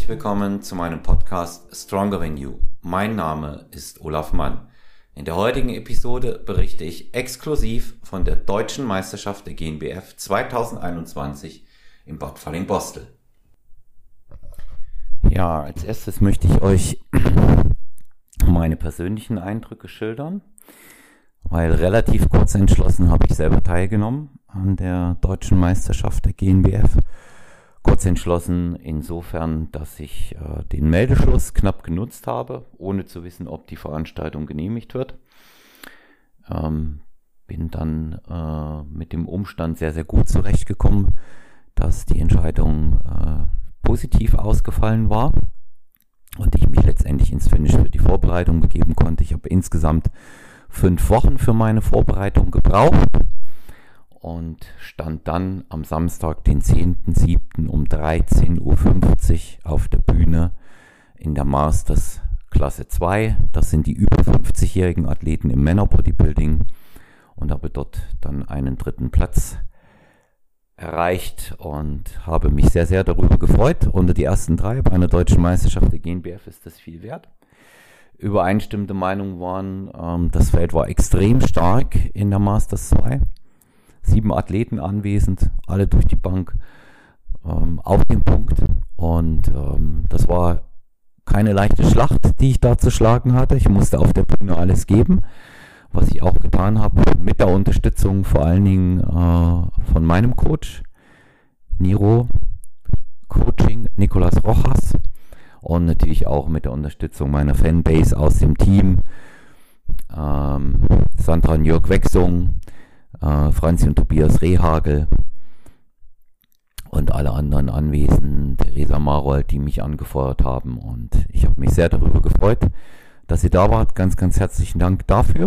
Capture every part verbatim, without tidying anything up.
herzlich willkommen zu meinem Podcast Stronger Than You. Mein Name ist Olaf Mann. In der heutigen Episode berichte ich exklusiv von der Deutschen Meisterschaft der G N B F zwanzig einundzwanzig in Bad Fallingbostel. Ja, als erstes möchte ich euch meine persönlichen Eindrücke schildern, weil relativ kurz entschlossen habe ich selber teilgenommen an der Deutschen Meisterschaft der G N B F. Kurz entschlossen insofern, dass ich äh, den Meldeschluss knapp genutzt habe, ohne zu wissen, ob die Veranstaltung genehmigt wird. Ähm, bin dann äh, mit dem Umstand sehr, sehr gut zurechtgekommen, dass die Entscheidung äh, positiv ausgefallen war und ich mich letztendlich ins Finish für die Vorbereitung begeben konnte. Ich habe insgesamt fünf Wochen für meine Vorbereitung gebraucht und stand dann am Samstag, den zehnten siebten um dreizehn Uhr fünfzig auf der Bühne in der Masters Klasse zwei. Das sind die über fünfzigjährigen Athleten im Männerbodybuilding und habe dort dann einen dritten Platz erreicht und habe mich sehr, sehr darüber gefreut. Unter die ersten drei bei einer deutschen Meisterschaft der G N B F ist das viel wert. Übereinstimmende Meinungen waren, ähm, das Feld war extrem stark in der Masters zwei. Sieben Athleten anwesend, alle durch die Bank ähm, auf den Punkt. Und ähm, das war keine leichte Schlacht, die ich da zu schlagen hatte. Ich musste auf der Bühne alles geben, was ich auch getan habe, mit der Unterstützung vor allen Dingen äh, von meinem Coach, Niro Coaching, Nicolas Rojas, und natürlich auch mit der Unterstützung meiner Fanbase aus dem Team, ähm, Sandra und Jörg Wechsung, äh, Franzi und Tobias Rehagel und alle anderen Anwesenden, Theresa Marold, die mich angefeuert haben. Und ich habe mich sehr darüber gefreut, dass ihr da wart. Ganz, ganz herzlichen Dank dafür.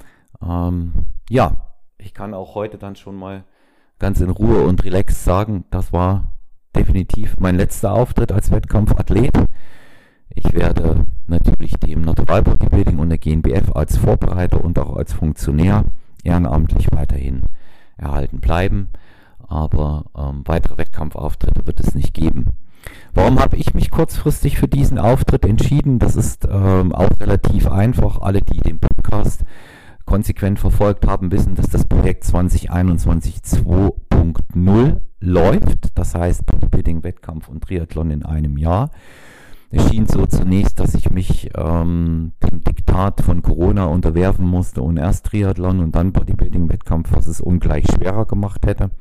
Ähm, ja, ich kann auch heute dann schon mal ganz in Ruhe und relaxed sagen, das war definitiv mein letzter Auftritt als Wettkampfathlet. Ich werde natürlich dem Natural Bodybuilding und der G N B F als Vorbereiter und auch als Funktionär ehrenamtlich weiterhin erhalten bleiben, aber ähm, weitere Wettkampfauftritte wird es nicht geben. Warum habe ich mich kurzfristig für diesen Auftritt entschieden? Das ist ähm, auch relativ einfach. Alle, die den Podcast konsequent verfolgt haben, wissen, dass das Projekt zwanzig einundzwanzig zwei Punkt null läuft. Das heißt Bodybuilding, Wettkampf und Triathlon in einem Jahr. Es schien so zunächst, dass ich mich ähm, dem Diktat von Corona unterwerfen musste und erst Triathlon und dann Bodybuilding-Wettkampf, was es ungleich schwerer gemacht hätte.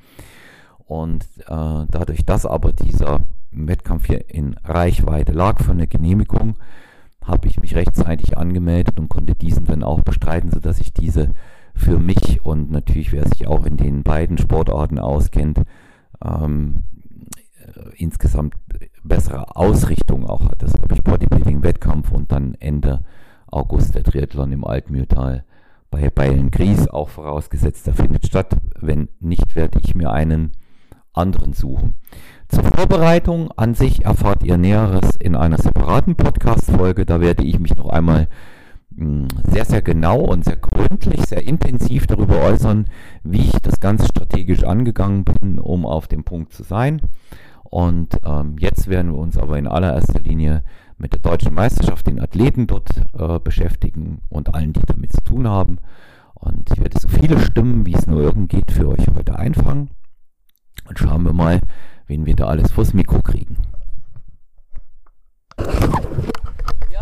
Und äh, dadurch, dass aber dieser Wettkampf hier in Reichweite lag von der Genehmigung, habe ich mich rechtzeitig angemeldet und konnte diesen dann auch bestreiten, sodass ich diese für mich und natürlich, wer sich auch in den beiden Sportarten auskennt, ähm, insgesamt bessere Ausrichtung auch hat. Das habe ich Bodybuilding, Wettkampf und dann Ende August der Triathlon im Altmühltal bei Beilngries, auch vorausgesetzt, der findet statt. Wenn nicht, werde ich mir einen anderen suchen. Zur Vorbereitung an sich erfahrt ihr Näheres in einer separaten Podcast-Folge. Da werde ich mich noch einmal mh, sehr, sehr genau und sehr gründlich, sehr intensiv darüber äußern, wie ich das Ganze strategisch angegangen bin, um auf dem Punkt zu sein. Und ähm, jetzt werden wir uns aber in allererster Linie mit der Deutschen Meisterschaft, den Athleten dort äh, beschäftigen und allen, die damit zu tun haben. Und ich werde so viele Stimmen, wie es nur irgend geht, für euch heute einfangen. Und schauen wir mal, wen wir da alles vors Mikro kriegen. Ja.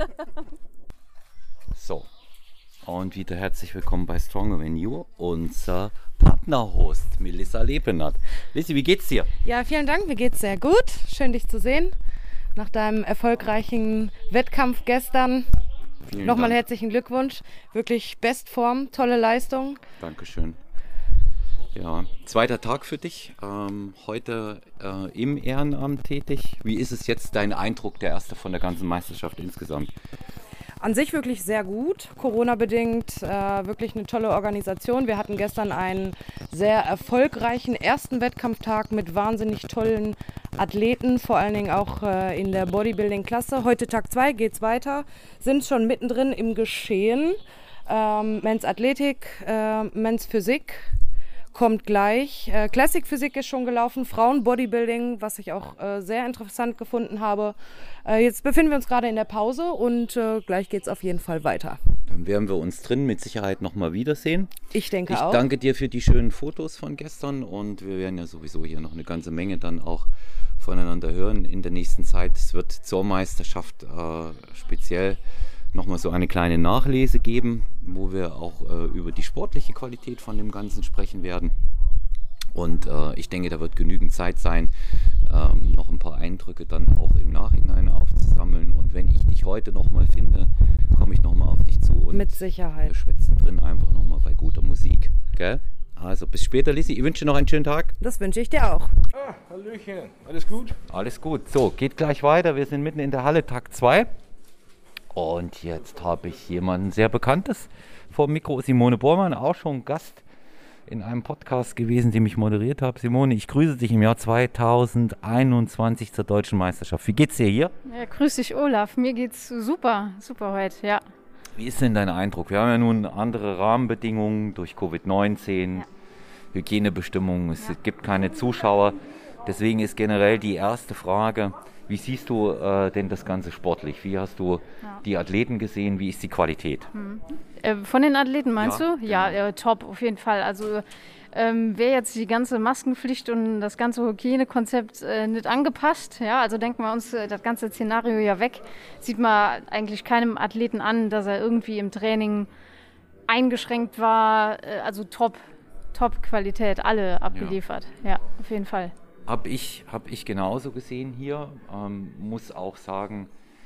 So, und wieder herzlich willkommen bei Stronger Than You, unser Partnerhost Melissa Lepenat. Lissi, wie geht's dir? Ja, vielen Dank, mir geht's sehr gut. Schön, dich zu sehen. Nach deinem erfolgreichen Wettkampf gestern. Vielen Nochmal Dank. herzlichen Glückwunsch. Wirklich Bestform, tolle Leistung. Dankeschön. Ja, zweiter Tag für dich. Ähm, heute äh, im Ehrenamt tätig. Wie ist es jetzt dein Eindruck, der erste von der ganzen Meisterschaft insgesamt? An sich wirklich sehr gut, Corona-bedingt, äh, wirklich eine tolle Organisation. Wir hatten gestern einen sehr erfolgreichen ersten Wettkampftag mit wahnsinnig tollen Athleten, vor allen Dingen auch äh, in der Bodybuilding-Klasse. Heute Tag zwei geht's weiter, sind schon mittendrin im Geschehen. Ähm, Men's Athletik, äh, Men's Physik, kommt gleich. Äh, Classic Physik ist schon gelaufen, Frauen Bodybuilding, was ich auch äh, sehr interessant gefunden habe. Äh, jetzt befinden wir uns gerade in der Pause und äh, gleich geht es auf jeden Fall weiter. Dann werden wir uns drin mit Sicherheit nochmal wiedersehen. Ich denke ich auch. Ich danke dir für die schönen Fotos von gestern und wir werden ja sowieso hier noch eine ganze Menge dann auch voneinander hören in der nächsten Zeit. Es wird zur Meisterschaft äh, speziell nochmal so eine kleine Nachlese geben, wo wir auch äh, über die sportliche Qualität von dem Ganzen sprechen werden. Und äh, ich denke, da wird genügend Zeit sein, ähm, noch ein paar Eindrücke dann auch im Nachhinein aufzusammeln. Und wenn ich dich heute nochmal finde, komme ich nochmal auf dich zu. Und mit Sicherheit. Wir schwätzen drin einfach nochmal bei guter Musik. Gell? Also bis später, Lissi. Ich wünsche dir noch einen schönen Tag. Das wünsche ich dir auch. Ah, Hallöchen. Alles gut? Alles gut. So, geht gleich weiter. Wir sind mitten in der Halle, Tag zwei. Und jetzt habe ich jemanden sehr Bekanntes vor dem Mikro. Simone Bormann, auch schon Gast in einem Podcast gewesen, den ich moderiert habe. Simone, ich grüße dich im Jahr zweitausendeinundzwanzig zur Deutschen Meisterschaft. Wie geht's dir hier? Ja, grüß dich, Olaf. Mir geht's super, super heute, ja. Wie ist denn dein Eindruck? Wir haben ja nun andere Rahmenbedingungen durch Covid neunzehn, ja. Hygienebestimmungen, es ja. gibt keine Zuschauer. Deswegen ist generell die erste Frage, wie siehst du äh, denn das Ganze sportlich? Wie hast du ja. die Athleten gesehen? Wie ist die Qualität? Hm. Äh, von den Athleten meinst ja, du? genau. Ja, äh, top, auf jeden Fall. Also ähm, wäre jetzt die ganze Maskenpflicht und das ganze Hygienekonzept äh, nicht angepasst, ja, also denken wir uns äh, das ganze Szenario ja weg, sieht man eigentlich keinem Athleten an, dass er irgendwie im Training eingeschränkt war. Äh, also top, top Qualität, alle abgeliefert. Ja, ja, auf jeden Fall. Habe ich, hab ich genauso gesehen hier. Ähm, muss auch sagen,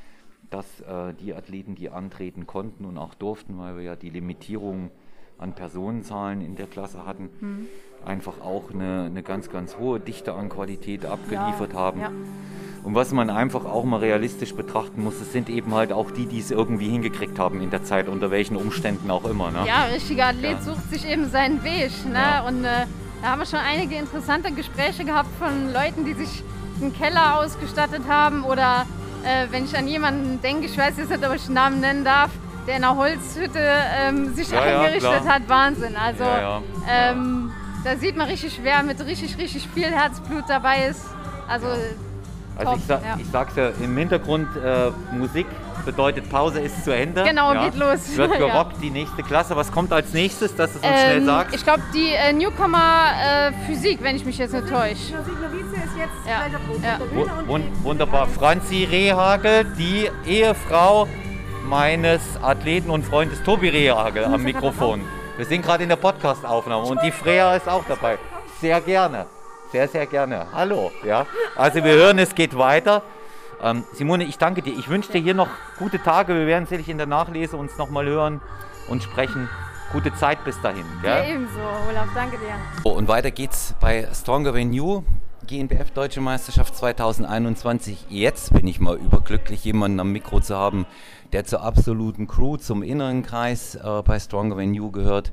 dass äh, die Athleten, die antreten konnten und auch durften, weil wir ja die Limitierung an Personenzahlen in der Klasse hatten, mhm. einfach auch eine, eine ganz, ganz hohe Dichte an Qualität abgeliefert ja, haben. Ja. Und was man einfach auch mal realistisch betrachten muss, das sind eben halt auch die, die es irgendwie hingekriegt haben in der Zeit, unter welchen Umständen auch immer. Ne? Ja, richtiger Athlet ja. sucht sich eben seinen Weg. Ne? Ja. Und äh, da haben wir schon einige interessante Gespräche gehabt von Leuten, die sich einen Keller ausgestattet haben oder äh, wenn ich an jemanden denke, ich weiß jetzt nicht, ob ich den Namen nennen darf, der in einer Holzhütte ähm, sich ja, eingerichtet ja, hat, Wahnsinn. Also ja, ja. Ähm, da sieht man richtig, wer mit richtig, richtig viel Herzblut dabei ist. Also, also top, ich, sa- ja. ich sag's ja, im Hintergrund äh, Musik bedeutet Pause ist zu Ende. Genau, ja. geht los. Wird gerockt, ja. die nächste Klasse. Was kommt als nächstes, dass du es uns ähm, schnell sagst? Ich glaube, die äh, Newcomer äh, Physik, wenn ich mich jetzt nicht täusche. Physik Novize ist jetzt ja. ja. W- wund- wunderbar. Franzi Rehagel, die Ehefrau meines Athleten und Freundes Tobi Rehagel am Mikrofon. Wir sind gerade in der Podcast-Aufnahme und die Freya ist auch dabei. Sehr gerne, sehr, sehr gerne. Hallo. Ja. Also wir hören, es geht weiter. Ähm, Simone, ich danke dir. Ich wünsche dir hier noch gute Tage. Wir werden sicherlich in der Nachlese uns nochmal hören und sprechen. Gute Zeit bis dahin. Gell? Ja, ebenso, Olaf. Danke dir. Oh, und weiter geht's bei Stronger Than You. G N B F Deutsche Meisterschaft zweitausendeinundzwanzig. Jetzt bin ich mal überglücklich, jemanden am Mikro zu haben, der zur absoluten Crew, zum inneren Kreis äh, bei Stronger Than You gehört.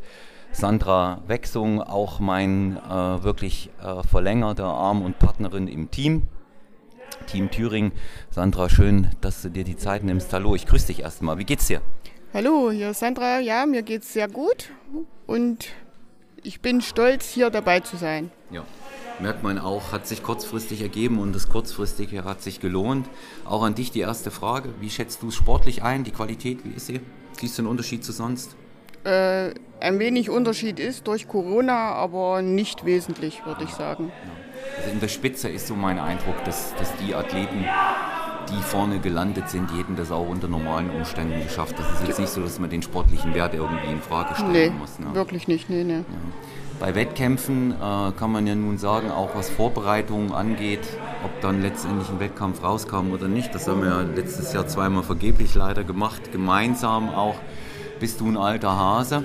Sandra Wechsung, auch mein äh, wirklich äh, verlängerter Arm und Partnerin im Team. Team Thüringen. Sandra, schön, dass du dir die Zeit nimmst. Hallo, ich grüße dich erstmal. Wie geht's dir? Hallo, hier ist Sandra. Ja, mir geht's sehr gut und ich bin stolz, hier dabei zu sein. Ja. Merkt man auch, hat sich kurzfristig ergeben und das Kurzfristige hat sich gelohnt. Auch an dich die erste Frage. Wie schätzt du es sportlich ein, die Qualität, wie ist sie? Siehst du einen Unterschied zu sonst? Äh, ein wenig Unterschied ist durch Corona, aber nicht wesentlich, würde ich sagen. Also in der Spitze ist so mein Eindruck, dass, dass die Athleten, die vorne gelandet sind, die hätten das auch unter normalen Umständen geschafft. Das ist jetzt nicht so, dass man den sportlichen Wert irgendwie in Frage stellen nee, muss. Ne? Wirklich nicht, nee, nee. Ja. Bei Wettkämpfen äh, kann man ja nun sagen, auch was Vorbereitungen angeht, ob dann letztendlich ein Wettkampf rauskam oder nicht. Das haben wir ja letztes Jahr zweimal vergeblich leider gemacht, gemeinsam auch. Bist du ein alter Hase?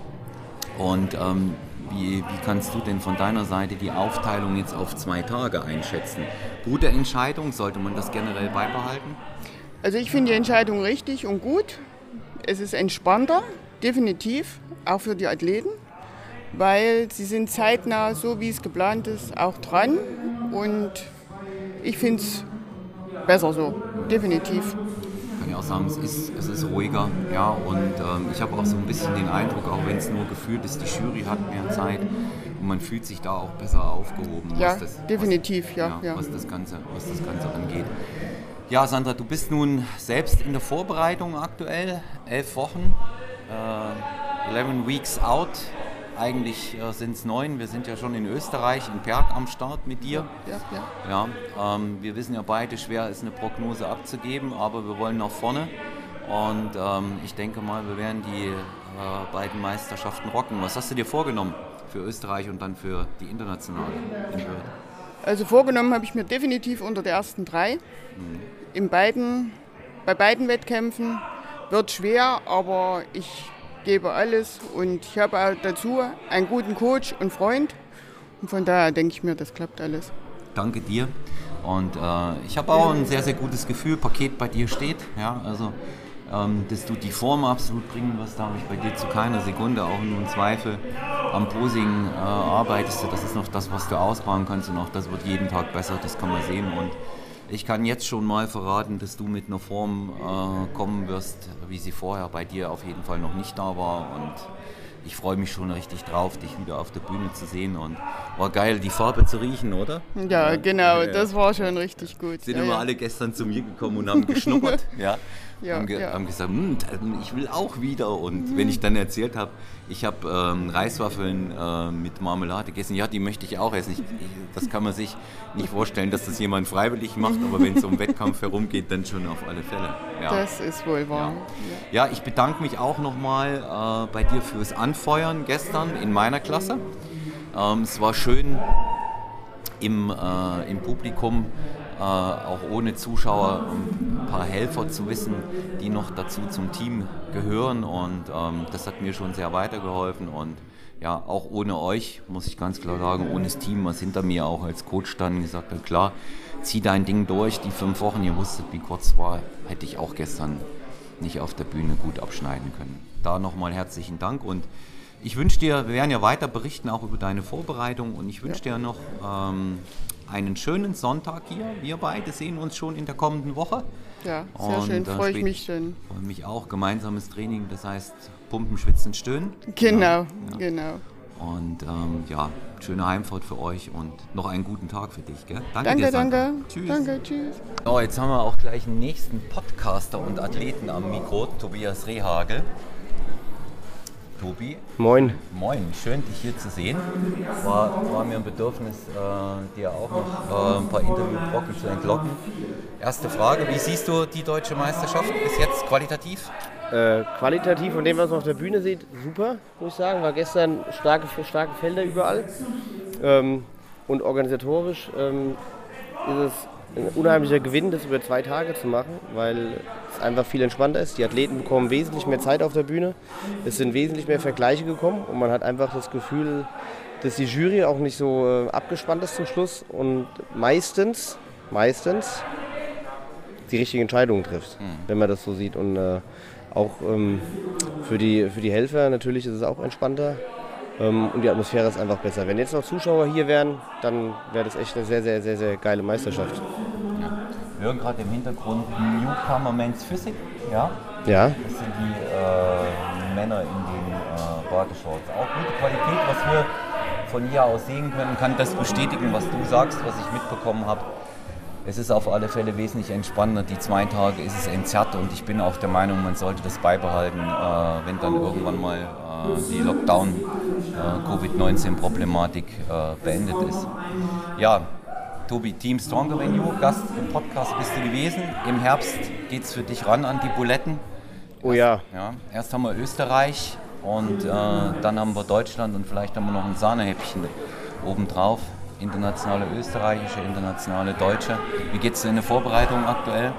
Und ähm, wie, wie kannst du denn von deiner Seite die Aufteilung jetzt auf zwei Tage einschätzen? Gute Entscheidung, sollte man das generell beibehalten? Also ich finde die Entscheidung richtig und gut. Es ist entspannter, definitiv, auch für die Athleten, weil sie sind zeitnah, so wie es geplant ist, auch dran. Und ich finde es besser so, definitiv. Ich kann ja auch sagen, es ist, es ist ruhiger. Ja, und ähm, ich habe auch so ein bisschen den Eindruck, auch wenn es nur gefühlt ist, die Jury hat mehr Zeit, und man fühlt sich da auch besser aufgehoben. Ja, was das, definitiv, was, ja, ja, ja. Was das Ganze, was das Ganze angeht. Ja, Sandra, du bist nun selbst in der Vorbereitung aktuell, elf Wochen, äh, eleven weeks out. Eigentlich äh, sind es neun, wir sind ja schon in Österreich, in Perg am Start mit dir. Ja, ja. Ja, ähm, wir wissen ja beide, schwer ist eine Prognose abzugeben, aber wir wollen nach vorne. Und ähm, ich denke mal, wir werden die äh, beiden Meisterschaften rocken. Was hast du dir vorgenommen für Österreich und dann für die internationale in Wörth? Also vorgenommen habe ich mir definitiv unter der ersten drei. Mhm. In beiden, bei beiden Wettkämpfen wird schwer, aber ich gebe alles und ich habe auch dazu einen guten Coach und Freund. Und von daher denke ich mir, das klappt alles. Danke dir. Und äh, ich habe auch ein sehr, sehr gutes Gefühl, Paket bei dir steht. Ja, also, ähm, dass du die Form absolut bringen wirst, da habe ich bei dir zu keiner Sekunde auch nur einen Zweifel. Am Posing äh, arbeitest du, das ist noch das, was du ausbauen kannst und auch das wird jeden Tag besser, das kann man sehen. Und ich kann jetzt schon mal verraten, dass du mit einer Form äh, kommen wirst, wie sie vorher bei dir auf jeden Fall noch nicht da war. Und ich freue mich schon richtig drauf, dich wieder auf der Bühne zu sehen. Und war geil, die Farbe zu riechen, oder? Ja, genau, ja. Das war schon richtig gut. Sind ja, immer ja. alle gestern zu mir gekommen und haben geschnuppert. ja. Ja, haben, ge- ja. haben gesagt, ich will auch wieder. Und mhm. wenn ich dann erzählt habe, ich habe ähm, Reiswaffeln äh, mit Marmelade gegessen, ja, die möchte ich auch essen. Ich, ich, das kann man sich nicht vorstellen, dass das jemand freiwillig macht, aber wenn es um Wettkampf herumgeht, dann schon auf alle Fälle. Ja. Das ist wohl wahr. Ja, ja ich bedanke mich auch nochmal äh, bei dir fürs Anfeuern gestern in meiner Klasse. Ähm, es war schön im, äh, im Publikum, äh, auch ohne Zuschauer, ein paar Helfer zu wissen, die noch dazu zum Team gehören und ähm, das hat mir schon sehr weitergeholfen und ja, auch ohne euch, muss ich ganz klar sagen, ohne das Team, was hinter mir auch als Coach stand, gesagt hat, klar, zieh dein Ding durch, die fünf Wochen, ihr wusstet, wie kurz es war, hätte ich auch gestern nicht auf der Bühne gut abschneiden können. Da nochmal herzlichen Dank und ich wünsche dir, wir werden ja weiter berichten, auch über deine Vorbereitung und ich wünsche dir noch ähm, einen schönen Sonntag hier. Wir beide sehen uns schon in der kommenden Woche. Ja, sehr und, schön, freue ich mich schon. Freue mich auch, gemeinsames Training, das heißt Pumpen, Schwitzen, Stöhnen. Genau, ja, ja. genau. Und ähm, ja, schöne Heimfahrt für euch und noch einen guten Tag für dich. Gell? Danke, danke dir, danke. Tschüss. Danke, tschüss. So, jetzt haben wir auch gleich einen nächsten Podcaster und Athleten am Mikro, Tobias Rehagel. Tobi. Moin. Moin, schön dich hier zu sehen. War, war mir ein Bedürfnis, äh, dir auch noch äh, ein paar Interviewbrocken zu entlocken. Erste Frage, wie siehst du die deutsche Meisterschaft bis jetzt qualitativ? Äh, qualitativ, von dem, was man auf der Bühne sieht, super, muss ich sagen. War gestern starke, starke Felder überall. Ähm, und organisatorisch ähm, ist es ein unheimlicher Gewinn, das über zwei Tage zu machen, weil es einfach viel entspannter ist. Die Athleten bekommen wesentlich mehr Zeit auf der Bühne. Es sind wesentlich mehr Vergleiche gekommen und man hat einfach das Gefühl, dass die Jury auch nicht so äh, abgespannt ist zum Schluss und meistens, meistens die richtigen Entscheidungen trifft, mhm. wenn man das so sieht. Und äh, auch ähm, für die, für die Helfer natürlich ist es auch entspannter. Und die Atmosphäre ist einfach besser. Wenn jetzt noch Zuschauer hier wären, dann wäre das echt eine sehr, sehr, sehr, sehr geile Meisterschaft. Ja. Wir hören gerade im Hintergrund Newcomer Men's Physik. Ja? Ja. Das sind die äh, Männer in den äh, Badeshorts. Auch gute Qualität, was wir von hier aus sehen können. Kann das bestätigen, was du sagst, was ich mitbekommen habe. Es ist auf alle Fälle wesentlich entspannter. Die zwei Tage ist es entzerrt und ich bin auch der Meinung, man sollte das beibehalten, äh, wenn dann irgendwann mal äh, die Lockdown-Covid neunzehn Problematik äh, beendet ist. Ja, Tobi, Team Stronger Than You, Gast im Podcast bist du gewesen. Im Herbst geht es für dich ran an die Buletten. Oh ja. ja. Erst haben wir Österreich und äh, dann haben wir Deutschland und vielleicht haben wir noch ein Sahnehäppchen obendrauf. Internationale österreichische, internationale deutsche. Wie geht es in der Vorbereitung aktuell?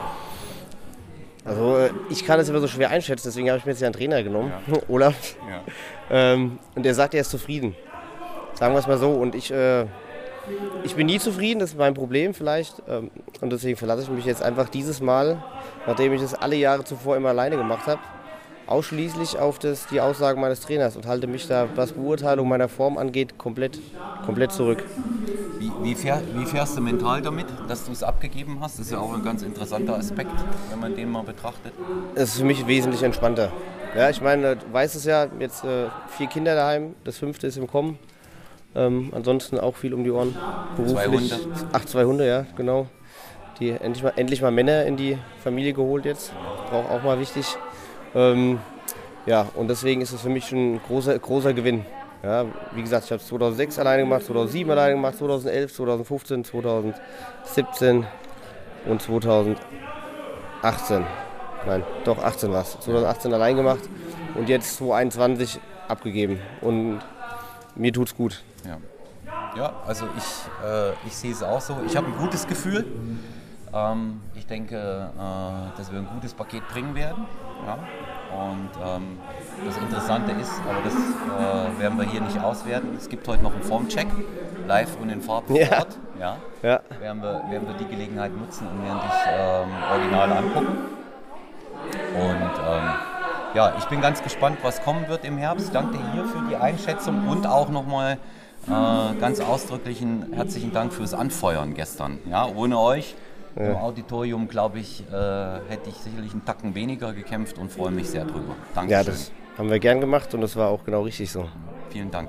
Also ich kann das immer so schwer einschätzen, deswegen habe ich mir jetzt ja einen Trainer genommen, ja. Olaf. Ja. Ähm, und der sagt, er ist zufrieden. Sagen wir es mal so. Und ich, äh, ich bin nie zufrieden, das ist mein Problem vielleicht. Ähm, und deswegen verlasse ich mich jetzt einfach dieses Mal, nachdem ich das alle Jahre zuvor immer alleine gemacht habe, ausschließlich auf das, die Aussagen meines Trainers und halte mich da, was Beurteilung meiner Form angeht, komplett, komplett zurück. Wie, wie, fähr, wie fährst du mental damit, dass du es abgegeben hast? Das ist ja auch ein ganz interessanter Aspekt, wenn man den mal betrachtet. Es ist für mich wesentlich entspannter. Ja, ich meine, du weißt es ja, jetzt äh, vier Kinder daheim, das fünfte ist im Kommen. Ähm, ansonsten auch viel um die Ohren. Beruflich. Zwei Hunde. Ach, zwei Hunde, ja, genau. Die endlich mal, endlich mal Männer in die Familie geholt jetzt. Auch, auch mal wichtig. Ähm, ja, und deswegen ist es für mich schon ein großer, großer Gewinn. Ja, wie gesagt, ich habe es zweitausendsechs alleine gemacht, zweitausendsieben alleine gemacht, zweitausendelf, zweitausendfünfzehn, zweitausendsiebzehn und zweitausendachtzehn. Nein, doch achtzehn war es. zweitausendachtzehn allein gemacht und jetzt zweitausendeinundzwanzig abgegeben. Und mir tut's gut. Ja, ja also ich, äh, ich sehe es auch so. Ich habe ein gutes Gefühl. Ähm, ich denke, äh, dass wir ein gutes Paket bringen werden. Ja? Und ähm, das Interessante ist, aber das äh, werden wir hier nicht auswerten. Es gibt heute noch einen Formcheck, live und in Farbe vor Ja. Ort. Ja. Ja. Werden, wir, werden wir die Gelegenheit nutzen und werden dich ähm, Originale angucken. Und ähm, ja, ich bin ganz gespannt, was kommen wird im Herbst. Danke dir hier für die Einschätzung und auch nochmal äh, ganz ausdrücklichen herzlichen Dank fürs Anfeuern gestern. Ja, ohne euch ja. Im Auditorium, glaube ich, äh, hätte ich sicherlich einen Tacken weniger gekämpft und freue mich sehr drüber. Danke. Ja, das haben wir gern gemacht und das war auch genau richtig so. Vielen Dank.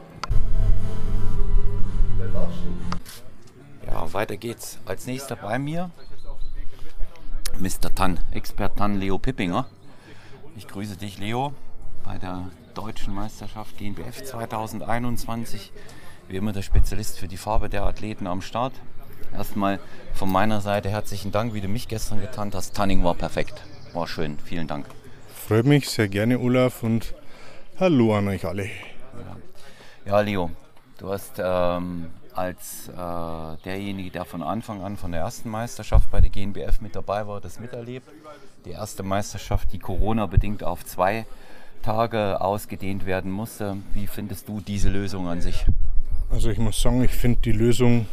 Ja, weiter geht's. Als nächster bei mir Mister Tann, Expert Tann Leo Pippinger. Ich grüße dich, Leo, bei der Deutschen Meisterschaft G N B F zweitausendeinundzwanzig. Wie immer der Spezialist für die Farbe der Athleten am Start. Erstmal von meiner Seite herzlichen Dank, wie du mich gestern getannt hast. Tanning war perfekt, war schön, vielen Dank. Freut mich sehr gerne, Olaf, und hallo an euch alle. Ja, ja Leo, du hast ähm, als äh, derjenige, der von Anfang an von der ersten Meisterschaft bei der G N B F mit dabei war, das miterlebt. Die erste Meisterschaft, die Corona-bedingt auf zwei Tage ausgedehnt werden musste. Wie findest du diese Lösung an sich? Also ich muss sagen, ich finde die Lösung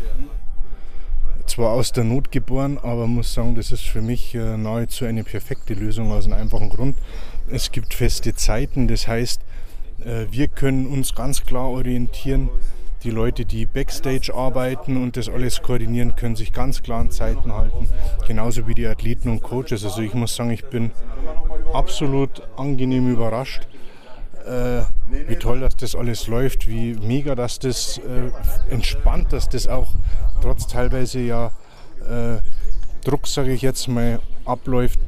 zwar aus der Not geboren, aber muss sagen, das ist für mich äh, nahezu eine perfekte Lösung aus einem einfachen Grund. Es gibt feste Zeiten, das heißt, äh, wir können uns ganz klar orientieren. Die Leute, die Backstage arbeiten und das alles koordinieren, können sich ganz klar an Zeiten halten. Genauso wie die Athleten und Coaches. Also ich muss sagen, ich bin absolut angenehm überrascht, äh, wie toll dass das alles läuft, wie mega, dass das äh, entspannt, dass das auch trotz teilweise ja äh, Druck, sage ich jetzt mal, abläuft.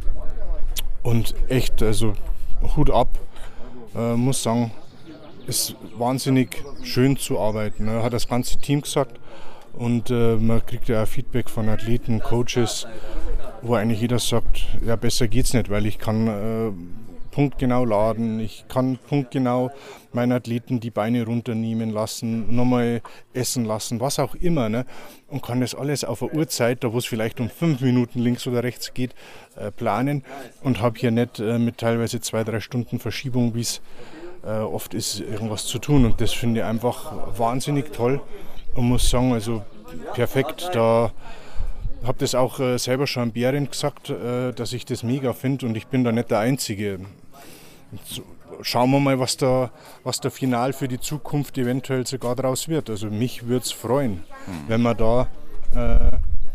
Und echt, also Hut ab, äh, muss sagen, ist wahnsinnig schön zu arbeiten, ne? Hat das ganze Team gesagt und äh, man kriegt ja auch Feedback von Athleten, Coaches, wo eigentlich jeder sagt, ja besser geht's nicht, weil ich kann äh, punktgenau laden, ich kann punktgenau meinen Athleten die Beine runternehmen lassen, nochmal essen lassen, was auch immer, ne? Und kann das alles auf eine Uhrzeit, da wo es vielleicht um fünf Minuten links oder rechts geht, äh, planen und habe hier nicht äh, mit teilweise zwei, drei Stunden Verschiebung, wie es Äh, oft ist irgendwas zu tun und das finde ich einfach wahnsinnig toll und muss sagen, also perfekt. Da habe das auch äh, selber schon am Behrendt gesagt, äh, dass ich das mega finde und ich bin da nicht der Einzige. So, schauen wir mal, was da, was da final für die Zukunft eventuell sogar draus wird. Also mich würde es freuen, mhm. wenn man da, äh,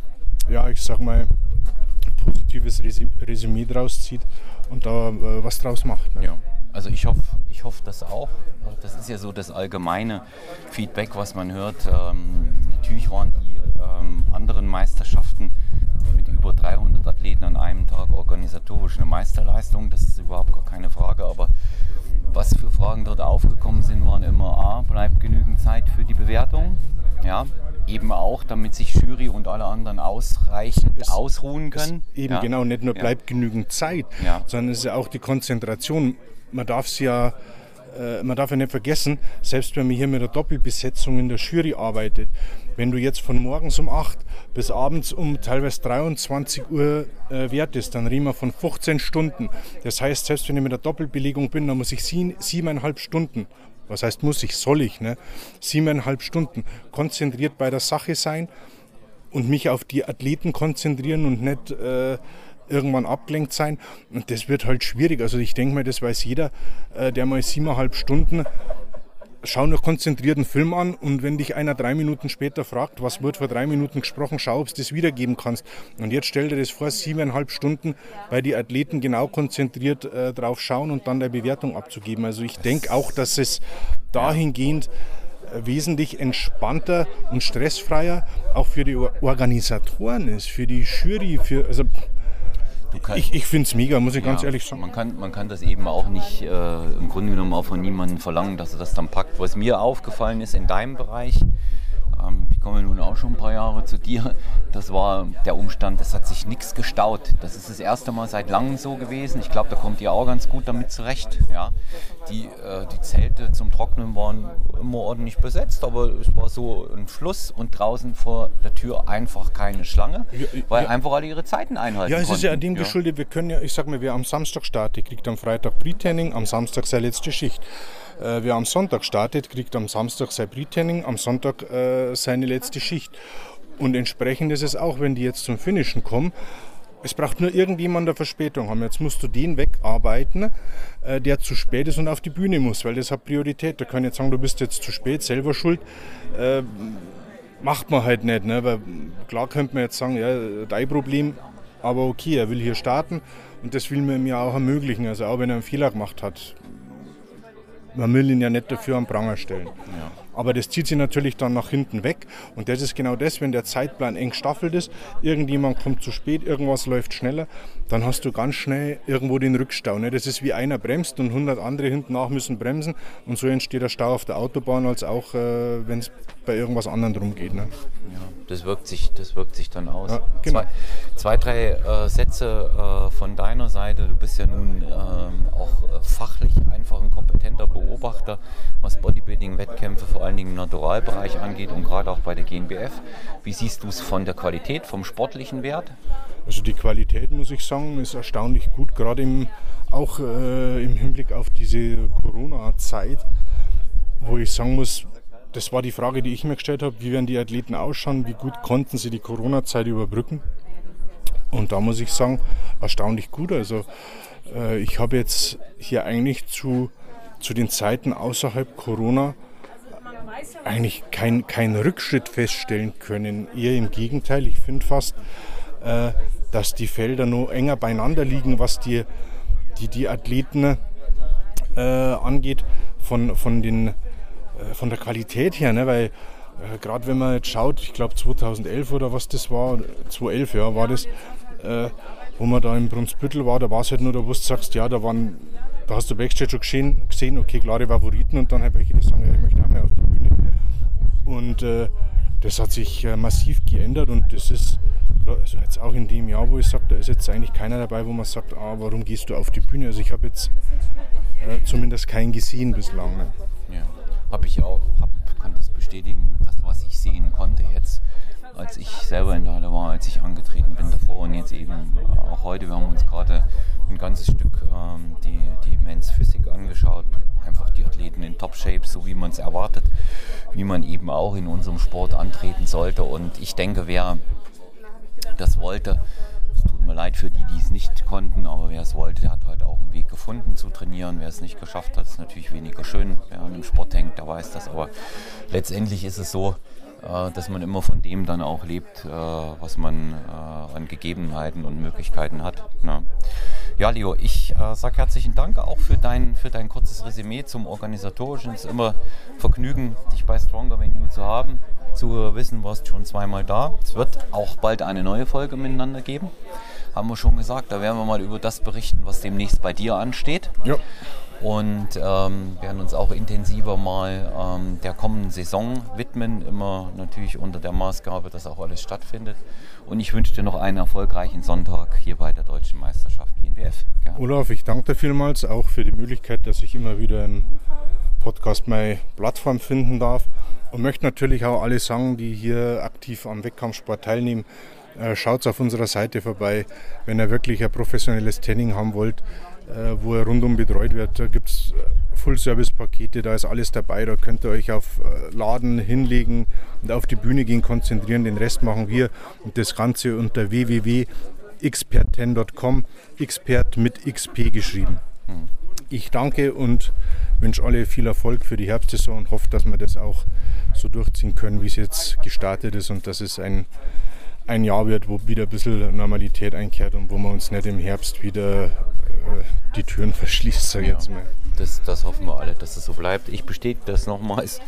ja ich sag mal, positives Resümee draus zieht und da äh, was draus macht. Ne? Ja. Also ich hoffe, ich hoffe das auch. Das ist ja so das allgemeine Feedback, was man hört. Ähm, natürlich waren die ähm, anderen Meisterschaften mit über dreihundert Athleten an einem Tag organisatorisch eine Meisterleistung. Das ist überhaupt gar keine Frage. Aber was für Fragen dort aufgekommen sind, waren immer A, bleibt genügend Zeit für die Bewertung. Ja, eben auch, damit sich Jury und alle anderen ausreichend es, ausruhen können. Eben ja. genau, nicht nur bleibt ja. genügend Zeit, ja. sondern es ist ja auch die Konzentration. Man darf es ja, äh, man darf ja nicht vergessen, selbst wenn man hier mit der Doppelbesetzung in der Jury arbeitet, wenn du jetzt von morgens um acht bis abends um teilweise dreiundzwanzig Uhr äh, wertest, dann reden wir von fünfzehn Stunden. Das heißt, selbst wenn ich mit der Doppelbelegung bin, dann muss ich sieben, siebeneinhalb Stunden, was heißt muss ich, soll ich, ne? siebeneinhalb Stunden konzentriert bei der Sache sein und mich auf die Athleten konzentrieren und nicht äh, irgendwann abgelenkt sein. Und das wird halt schwierig. Also ich denke mal, das weiß jeder, äh, der mal siebeneinhalb Stunden schau noch konzentriert einen Film an und wenn dich einer drei Minuten später fragt, was wird vor drei Minuten gesprochen, schau, ob du das wiedergeben kannst. Und jetzt stell dir das vor, siebeneinhalb Stunden bei die Athleten genau konzentriert äh, drauf schauen und dann der Bewertung abzugeben. Also ich denke auch, dass es dahingehend wesentlich entspannter und stressfreier auch für die Organisatoren ist, für die Jury, für, also Kann, ich ich finde es mega, muss ich ja, ganz ehrlich sagen. Man kann, man kann das eben auch nicht äh, im Grunde genommen auch von niemandem verlangen, dass er das dann packt. Was mir aufgefallen ist in deinem Bereich, ähm, ich komme nun auch schon ein paar Jahre zu dir, das war der Umstand, es hat sich nichts gestaut. Das ist das erste Mal seit langem so gewesen. Ich glaube, da kommt ihr auch ganz gut damit zurecht. Ja. Die, äh, die Zelte zum Trocknen waren immer ordentlich besetzt, aber es war so ein Fluss und draußen vor der Tür einfach keine Schlange, ja, weil ja. einfach alle ihre Zeiten einhalten Ja, es konnten. ist ja an dem ja. geschuldet, wir können ja, ich sag mal, wer am Samstag startet, kriegt am Freitag Pre-Training, am Samstag seine letzte Schicht. Äh, wer am Sonntag startet, kriegt am Samstag sein Pre-Training, am Sonntag äh, seine letzte Schicht. Und entsprechend ist es auch, wenn die jetzt zum Finishen kommen, es braucht nur irgendjemand eine Verspätung haben. Jetzt musst du den wegarbeiten, äh, der zu spät ist und auf die Bühne muss, weil das hat Priorität. Da kann ich jetzt sagen, du bist jetzt zu spät, selber schuld. Äh, macht man halt nicht. Ne? Weil klar könnte man jetzt sagen, ja, dein Problem, aber okay, er will hier starten und das will man mir auch ermöglichen. Also auch wenn er einen Fehler gemacht hat. Man will ihn ja nicht dafür am Pranger stellen. Ja. Aber das zieht sich natürlich dann nach hinten weg. Und das ist genau das, wenn der Zeitplan eng gestaffelt ist, irgendjemand kommt zu spät, irgendwas läuft schneller, dann hast du ganz schnell irgendwo den Rückstau. Ne? Das ist wie einer bremst und hundert andere hinten nach müssen bremsen. Und so entsteht der Stau auf der Autobahn, als auch äh, wenn es bei irgendwas anderem drum geht. Ne? Ja, das wirkt sich, das wirkt sich dann aus. Ja, genau. Zwei, zwei, drei äh, Sätze äh, von deiner Seite. Du bist ja nun ähm, auch äh, fachlich einfach ein kompetenter Beobachter, was Bodybuilding-Wettkämpfe vor allen Dingen im Naturalbereich angeht und gerade auch bei der G N B F. Wie siehst du es von der Qualität, vom sportlichen Wert? Also die Qualität, muss ich sagen, ist erstaunlich gut, gerade im, auch äh, im Hinblick auf diese Corona-Zeit, wo ich sagen muss, das war die Frage, die ich mir gestellt habe, wie werden die Athleten ausschauen, wie gut konnten sie die Corona-Zeit überbrücken? Und da muss ich sagen, erstaunlich gut. Also äh, ich habe jetzt hier eigentlich zu, zu den Zeiten außerhalb Corona eigentlich keinen kein Rückschritt feststellen können. Eher im Gegenteil, ich finde fast, äh, dass die Felder noch enger beieinander liegen, was die, die, die Athleten äh, angeht, von, von, den, äh, von der Qualität her. Ne? Weil äh, gerade wenn man jetzt schaut, ich glaube zweitausendelf oder was das war, zweitausendelf ja, war das, äh, wo man da im Brunsbüttel war, da war es halt nur, da wo du sagst, ja, da waren, da hast du Backstage schon gesehen, gesehen okay, klare Favoriten und dann halt welche, die sagen, ja, ich möchte auch mehr auf die Bühne. Und äh, das hat sich äh, massiv geändert und das ist also jetzt auch in dem Jahr, wo ich sage, da ist jetzt eigentlich keiner dabei, wo man sagt, ah, warum gehst du auf die Bühne? Also ich habe jetzt äh, zumindest keinen gesehen bislang. Ne? Ja, habe ich auch, hab, kann das bestätigen, das, was ich sehen konnte jetzt, als ich selber in der Halle war, als ich angetreten bin davor und jetzt eben auch heute. Wir haben uns gerade ein ganzes Stück ähm, die, die Men's Physik angeschaut. Einfach die Athleten in Top-Shape, so wie man es erwartet, wie man eben auch in unserem Sport antreten sollte. Und ich denke, wer das wollte, es tut mir leid für die, die es nicht konnten, aber wer es wollte, der hat halt auch einen Weg gefunden zu trainieren. Wer es nicht geschafft hat, ist natürlich weniger schön. Wer an dem Sport hängt, der weiß das. Aber letztendlich ist es so, dass man immer von dem dann auch lebt, was man an Gegebenheiten und Möglichkeiten hat. Ja, Leo, ich sage herzlichen Dank auch für dein, für dein kurzes Resümee zum Organisatorischen. Es ist immer Vergnügen, dich bei Stronger Venue zu haben, zu wissen, du warst schon zweimal da. Es wird auch bald eine neue Folge miteinander geben, haben wir schon gesagt. Da werden wir mal über das berichten, was demnächst bei dir ansteht. Ja. Und ähm, werden uns auch intensiver mal ähm, der kommenden Saison widmen, immer natürlich unter der Maßgabe, dass auch alles stattfindet. Und ich wünsche dir noch einen erfolgreichen Sonntag hier bei der Deutschen Meisterschaft G N B F. Ja. Olaf, ich danke dir vielmals auch für die Möglichkeit, dass ich immer wieder im Podcast meine Plattform finden darf. Und möchte natürlich auch alle sagen, die hier aktiv am Wettkampfsport teilnehmen, äh, schaut auf unserer Seite vorbei, wenn ihr wirklich ein professionelles Training haben wollt, wo er rundum betreut wird. Da gibt es Full-Service-Pakete, da ist alles dabei. Da könnt ihr euch auf Laden hinlegen und auf die Bühne gehen, konzentrieren. Den Rest machen wir und das Ganze unter w w w punkt xpert punkt com, Xpert mit X P geschrieben. Ich danke und wünsche alle viel Erfolg für die Herbstsaison und hoffe, dass wir das auch so durchziehen können, wie es jetzt gestartet ist und dass es ein ein Jahr wird, wo wieder ein bisschen Normalität einkehrt und wo man uns nicht im Herbst wieder äh, die Türen verschließt, sag ich ja, jetzt mal. Das, das hoffen wir alle, dass es so bleibt. Ich bestätige das nochmals.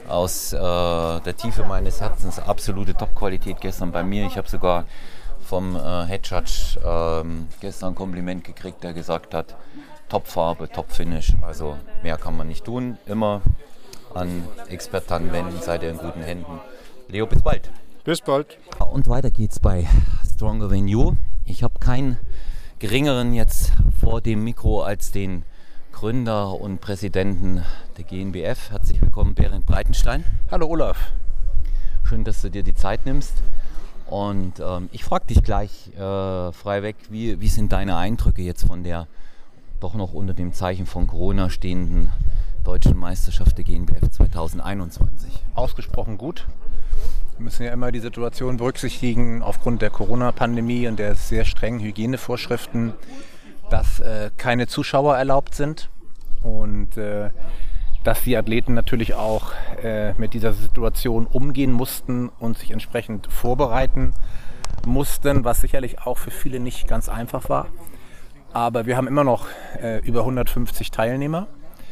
aus äh, der Tiefe meines Herzens absolute Top-Qualität gestern bei mir. Ich habe sogar vom äh, Head Judge ähm, gestern ein Kompliment gekriegt, der gesagt hat, Top-Farbe, Top-Finish. Also mehr kann man nicht tun. Immer an Experten wenden, seid ihr in guten Händen. Leo, bis bald. Bis bald. Und weiter geht's bei Stronger Than You. Ich habe keinen geringeren jetzt vor dem Mikro als den Gründer und Präsidenten der G N B F. Herzlich willkommen, Berend Breitenstein. Hallo Olaf. Schön, dass du dir die Zeit nimmst. Und ähm, ich frage dich gleich äh, freiweg, wie, wie sind deine Eindrücke jetzt von der doch noch unter dem Zeichen von Corona stehenden Deutschen Meisterschaft der G N B F zwanzig einundzwanzig? Ausgesprochen gut. Wir müssen ja immer die Situation berücksichtigen aufgrund der Corona-Pandemie und der sehr strengen Hygienevorschriften, dass äh, keine Zuschauer erlaubt sind und äh, dass die Athleten natürlich auch äh, mit dieser Situation umgehen mussten und sich entsprechend vorbereiten mussten, was sicherlich auch für viele nicht ganz einfach war. Aber wir haben immer noch äh, über hundertfünfzig Teilnehmer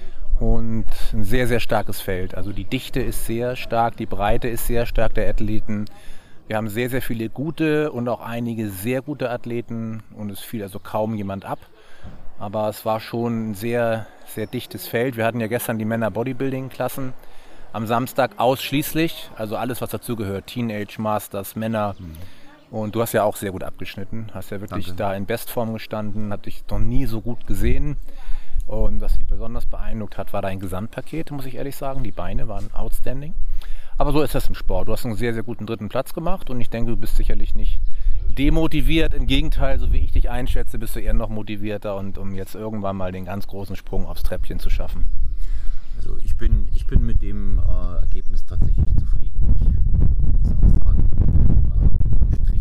und ein sehr, sehr starkes Feld. Also die Dichte ist sehr stark, die Breite ist sehr stark der Athleten. Wir haben sehr, sehr viele gute und auch einige sehr gute Athleten und es fiel also kaum jemand ab. Aber es war schon ein sehr, sehr dichtes Feld. Wir hatten ja gestern die Männer-Bodybuilding-Klassen. Am Samstag ausschließlich, also alles, was dazugehört. Teenage, Masters, Männer. Mhm. Und du hast ja auch sehr gut abgeschnitten. Hast ja wirklich Danke. Da in Bestform gestanden. Hatte ich noch nie so gut gesehen. Und was mich besonders beeindruckt hat, war dein Gesamtpaket, muss ich ehrlich sagen. Die Beine waren outstanding. Aber so ist das im Sport. Du hast einen sehr, sehr guten dritten Platz gemacht. Und ich denke, du bist sicherlich nicht demotiviert. Im Gegenteil, so wie ich dich einschätze, bist du eher noch motivierter und um jetzt irgendwann mal den ganz großen Sprung aufs Treppchen zu schaffen. Also ich bin, ich bin mit dem äh, Ergebnis tatsächlich zufrieden. Ich äh, muss auch sagen, äh, unterm Strich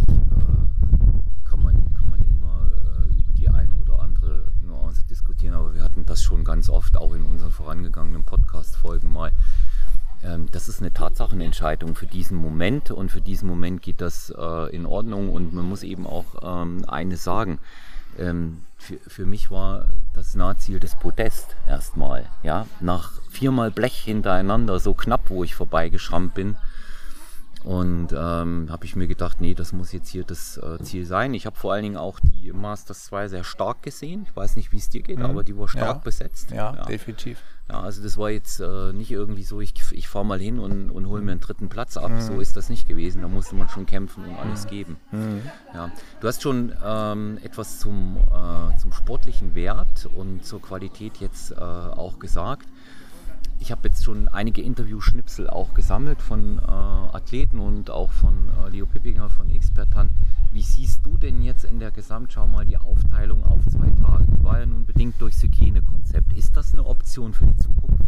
äh, kann, man, kann man immer äh, über die eine oder andere Nuance diskutieren, aber wir hatten das schon ganz oft, auch in unseren vorangegangenen Podcast-Folgen mal. Das ist eine Tatsachenentscheidung für diesen Moment und für diesen Moment geht das äh, in Ordnung und man muss eben auch ähm, eines sagen, ähm, für, für mich war das Nahziel das Podest erstmal, ja, nach viermal Blech hintereinander, so knapp, wo ich vorbeigeschrammt bin und ähm, habe ich mir gedacht, nee, das muss jetzt hier das äh, Ziel sein. Ich habe vor allen Dingen auch die Masters zwei sehr stark gesehen, ich weiß nicht, wie es dir geht, mhm. aber die war stark ja. besetzt. Ja, ja, definitiv. Ja, also das war jetzt äh, nicht irgendwie so, ich, ich fahre mal hin und, und hole mir einen dritten Platz ab. Mhm. So ist das nicht gewesen. Da musste man schon kämpfen und alles mhm. geben. Mhm. Ja. Du hast schon ähm, etwas zum, äh, zum sportlichen Wert und zur Qualität jetzt äh, auch gesagt. Ich habe jetzt schon einige Interview-Schnipsel auch gesammelt von äh, Athleten und auch von äh, Leo Pippinger, von Expertan. Wie siehst du denn jetzt in der Gesamtschau mal die Aufteilung auf zwei Tage? Die war ja nun bedingt durchs Hygienekonzept. Ist das eine Option für die Zukunft?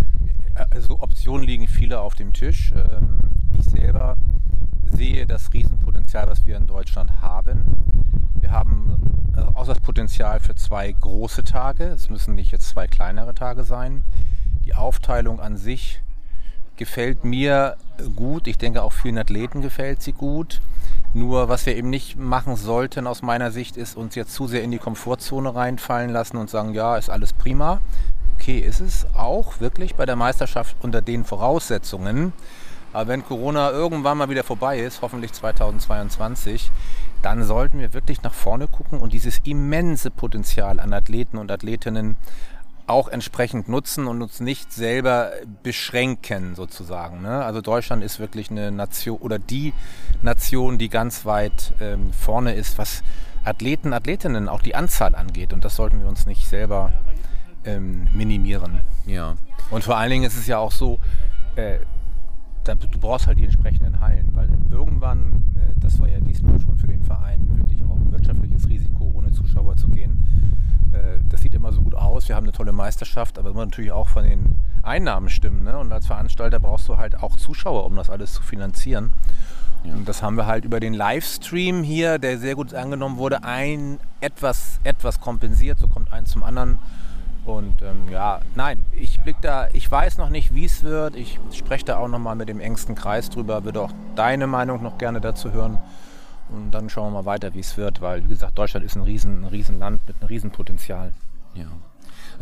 Also Optionen liegen viele auf dem Tisch. Ich selber sehe das Riesenpotenzial, was wir in Deutschland haben. Wir haben auch das Potenzial für zwei große Tage. Es müssen nicht jetzt zwei kleinere Tage sein. Die Aufteilung an sich gefällt mir gut. Ich denke, auch vielen Athleten gefällt sie gut. Nur was wir eben nicht machen sollten aus meiner Sicht, ist uns jetzt zu sehr in die Komfortzone reinfallen lassen und sagen, ja, ist alles prima. Okay, ist es auch wirklich bei der Meisterschaft unter den Voraussetzungen. Aber wenn Corona irgendwann mal wieder vorbei ist, hoffentlich zweitausendzweiundzwanzig, dann sollten wir wirklich nach vorne gucken und dieses immense Potenzial an Athleten und Athletinnen auch entsprechend nutzen und uns nicht selber beschränken sozusagen. Ne? Also Deutschland ist wirklich eine Nation oder die Nation, die ganz weit ähm, vorne ist, was Athleten, Athletinnen, auch die Anzahl angeht. Und das sollten wir uns nicht selber ähm, minimieren. Ja. Und vor allen Dingen ist es ja auch so, äh, da, du brauchst halt die entsprechenden Hallen, weil irgendwann, äh, das war ja diesmal schon für den Verein wirklich auch ein wirtschaftliches Risiko, ohne Zuschauer zu gehen. Das sieht immer so gut aus, wir haben eine tolle Meisterschaft, aber es muss natürlich auch von den Einnahmen stimmen. Ne? Und als Veranstalter brauchst du halt auch Zuschauer, um das alles zu finanzieren. Ja. Und das haben wir halt über den Livestream hier, der sehr gut angenommen wurde, ein etwas, etwas kompensiert, so kommt eins zum anderen. Und ähm, ja, nein, ich blick da, ich weiß noch nicht, wie es wird. Ich spreche da auch nochmal mit dem engsten Kreis drüber, würde auch deine Meinung noch gerne dazu hören. Und dann schauen wir mal weiter, wie es wird, weil, wie gesagt, Deutschland ist ein riesen, ein riesen Land mit einem riesen Potenzial. Ja.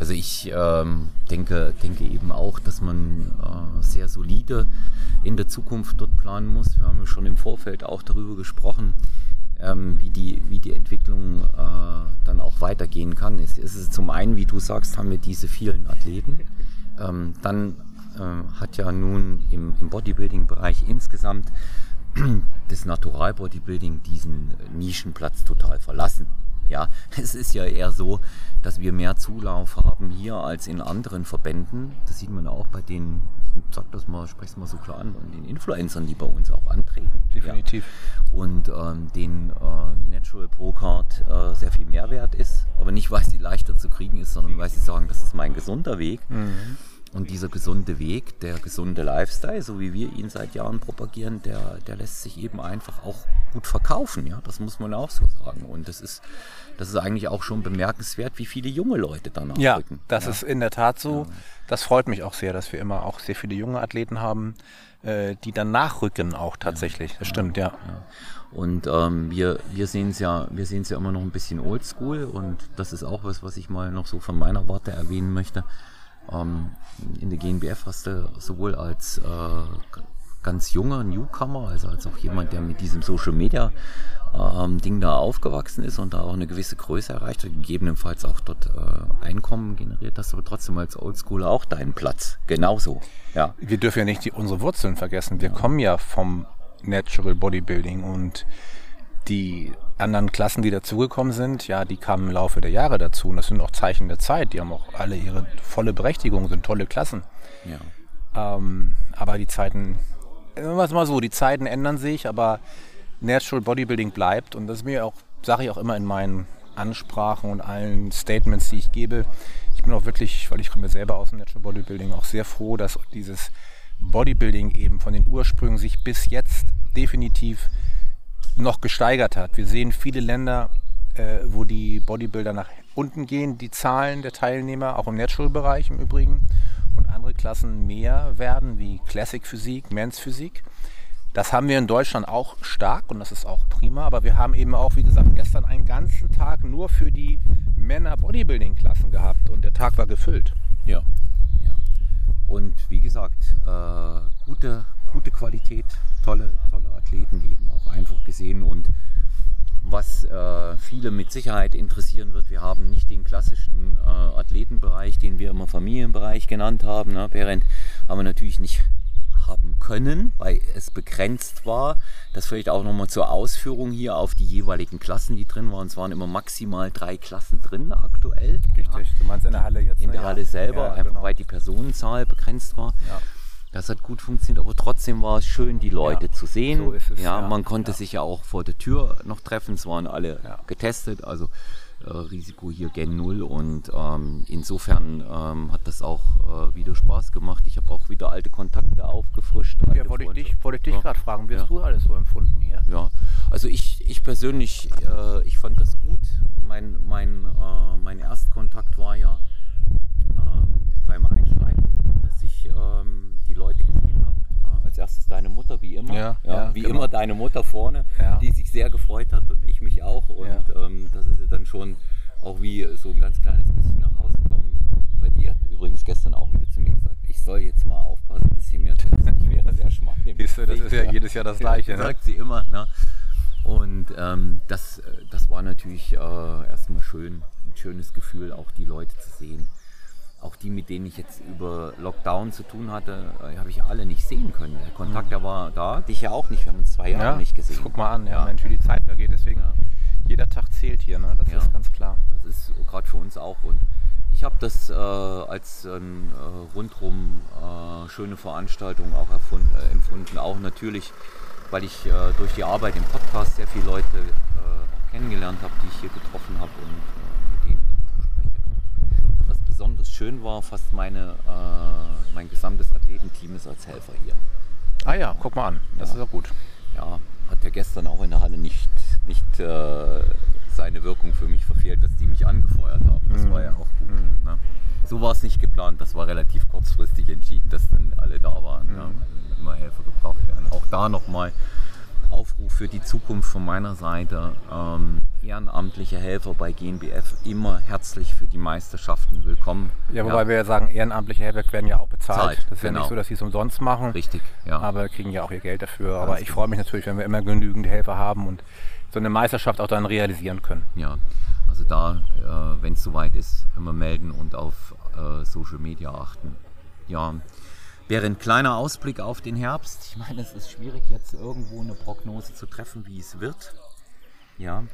Also ich ähm, denke, denke eben auch, dass man äh, sehr solide in der Zukunft dort planen muss. Wir haben ja schon im Vorfeld auch darüber gesprochen, ähm, wie, die, wie die Entwicklung äh, dann auch weitergehen kann. Es ist zum einen, wie du sagst, haben wir diese vielen Athleten. Ähm, dann äh, hat ja nun im, im Bodybuilding-Bereich insgesamt das Natural Bodybuilding diesen Nischenplatz total verlassen. Ja, es ist ja eher so, dass wir mehr Zulauf haben hier als in anderen Verbänden. Das sieht man auch bei den, sag das mal, sprech's mal so klar an, den Influencern, die bei uns auch antreten. Definitiv. Ja. Und ähm, den äh, Natural Pro Card äh, sehr viel Mehrwert ist, aber nicht, weil sie leichter zu kriegen ist, sondern weil sie sagen, das ist mein gesunder Weg. Mhm. Und dieser gesunde Weg, der gesunde Lifestyle, so wie wir ihn seit Jahren propagieren, der, der lässt sich eben einfach auch gut verkaufen. Ja, das muss man auch so sagen. Und das ist, das ist eigentlich auch schon bemerkenswert, wie viele junge Leute danach ja, rücken. Das ja, ist in der Tat so. Ja. Das freut mich auch sehr, dass wir immer auch sehr viele junge Athleten haben, äh, die dann nachrücken auch tatsächlich. Ja, das stimmt, ja. ja. Und ähm, wir, wir sehen es ja, wir sehen es ja immer noch ein bisschen oldschool. Und das ist auch was, was ich mal noch so von meiner Warte erwähnen möchte. In der G N B F hast du sowohl als äh, ganz junger Newcomer, also als auch jemand, der mit diesem Social Media ähm, Ding da aufgewachsen ist und da auch eine gewisse Größe erreicht hat, gegebenenfalls auch dort äh, Einkommen generiert hast, aber trotzdem als Oldschooler auch deinen Platz. Genauso. Ja. Wir dürfen ja nicht die, unsere Wurzeln vergessen. Wir ja. kommen ja vom Natural Bodybuilding und die anderen Klassen, die dazugekommen sind, ja, die kamen im Laufe der Jahre dazu und das sind auch Zeichen der Zeit. Die haben auch alle ihre volle Berechtigung, sind tolle Klassen. Ja. Ähm, aber die Zeiten, sagen wir es mal so, die Zeiten ändern sich, aber Natural Bodybuilding bleibt und das ist mir auch, sage ich auch immer in meinen Ansprachen und allen Statements, die ich gebe. Ich bin auch wirklich, weil ich komme selber aus dem Natural Bodybuilding, auch sehr froh, dass dieses Bodybuilding eben von den Ursprüngen sich bis jetzt definitiv noch gesteigert hat. Wir sehen viele Länder, äh, wo die Bodybuilder nach unten gehen, die Zahlen der Teilnehmer, auch im Natural-Bereich im Übrigen, und andere Klassen mehr werden, wie Classic Physik, Men's Physik. Das haben wir in Deutschland auch stark und das ist auch prima, aber wir haben eben auch, wie gesagt, gestern einen ganzen Tag nur für die Männer-Bodybuilding-Klassen gehabt und der Tag war gefüllt. Ja, ja. Und wie gesagt, äh, gute, gute Qualität, tolle, tolle Athleten eben auch einfach gesehen und was äh, viele mit Sicherheit interessieren wird, wir haben nicht den klassischen äh, Athletenbereich, den wir immer Familienbereich genannt haben, ne? Berend, haben wir natürlich nicht haben können, weil es begrenzt war. Das vielleicht auch nochmal zur Ausführung hier auf die jeweiligen Klassen, die drin waren. Es waren immer maximal drei Klassen drin aktuell. Richtig, ja. Du meinst in der Halle jetzt. In ne? der Halle selber, ja, einfach genau. weil die Personenzahl begrenzt war. Ja. Das hat gut funktioniert, aber trotzdem war es schön, die Leute ja, zu sehen. So ist es, ja, ja. Man konnte ja. sich ja auch vor der Tür noch treffen. Es waren alle ja. getestet, also äh, Risiko hier gen Null. Und ähm, insofern ähm, hat das auch äh, wieder Spaß gemacht. Ich habe auch wieder alte Kontakte aufgefrischt. Ja, wollte ich dich, wollte ich dich ja. gerade fragen, wie hast ja. du alles so empfunden hier? Ja, also ich, ich persönlich, äh, ich fand das gut. Mein, mein, äh, mein Erstkontakt war ja ähm, beim Einschreiben, dass ich ähm, die Leute gesehen habe. Äh, als erstes deine Mutter, wie immer. Ja, ja, ja, wie genau. immer deine Mutter vorne, ja. die sich sehr gefreut hat und ich mich auch. Und ja. ähm, das ist ja dann schon auch wie so ein ganz kleines bisschen nach Hause kommen. Weil die hat übrigens gestern auch wieder zu mir gesagt, ich soll jetzt mal aufpassen, ein bisschen mehr zu essen. Ich wäre sehr schmal. Siehst du, das ist ja jedes Jahr das Gleiche. Ja, ne? Sagt sie immer. Ne? Und ähm, das, das war natürlich äh, erstmal schön, ein schönes Gefühl, auch die Leute zu sehen. Auch die, mit denen ich jetzt über Lockdown zu tun hatte, äh, habe ich ja alle nicht sehen können. Der Kontakt, der war da, dich ja auch nicht. Wir haben uns zwei Jahre ja, nicht gesehen. Guck mal an, ja, ja. Mensch, wie die Zeit vergeht. Deswegen, ja. jeder Tag zählt hier, ne? Das ja. ist ganz klar. Das ist gerade für uns auch. Und ich habe das äh, als äh, rundrum äh, schöne Veranstaltung auch erfunden, äh, empfunden. Auch natürlich, weil ich äh, durch die Arbeit im Podcast sehr viele Leute äh, kennengelernt habe, die ich hier getroffen habe und äh, mit denen spreche. Was besonders schön war, fast meine, äh, mein gesamtes Athletenteam ist als Helfer hier. Ah ja, guck mal an, das ja. ist auch gut. Ja, hat ja gestern auch in der Halle nicht, nicht äh, seine Wirkung für mich verfehlt, dass die mich angefeuert haben. Das mm. war ja auch gut. Mm. Ne? So war es nicht geplant, das war relativ kurzfristig entschieden, dass dann alle da waren, mm. ja, weil immer Helfer gebraucht werden. Auch da nochmal Aufruf für die Zukunft von meiner Seite. Ähm, ehrenamtliche Helfer bei G N B F immer herzlich für die Meisterschaften willkommen. Ja, wobei ja. wir ja sagen, ehrenamtliche Helfer werden ja auch bezahlt. Zeit, das ist genau. ja nicht so, dass sie es umsonst machen. Richtig, ja. Aber kriegen ja auch ihr Geld dafür. Aber ich freue mich natürlich, wenn wir immer genügend Helfer haben und so eine Meisterschaft auch dann realisieren können. Ja, also da, äh, wenn es soweit ist, immer melden und auf äh, Social Media achten. Ja, wäre ein kleiner Ausblick auf den Herbst. Ich meine, es ist schwierig, jetzt irgendwo eine Prognose zu treffen, wie es wird. Ja,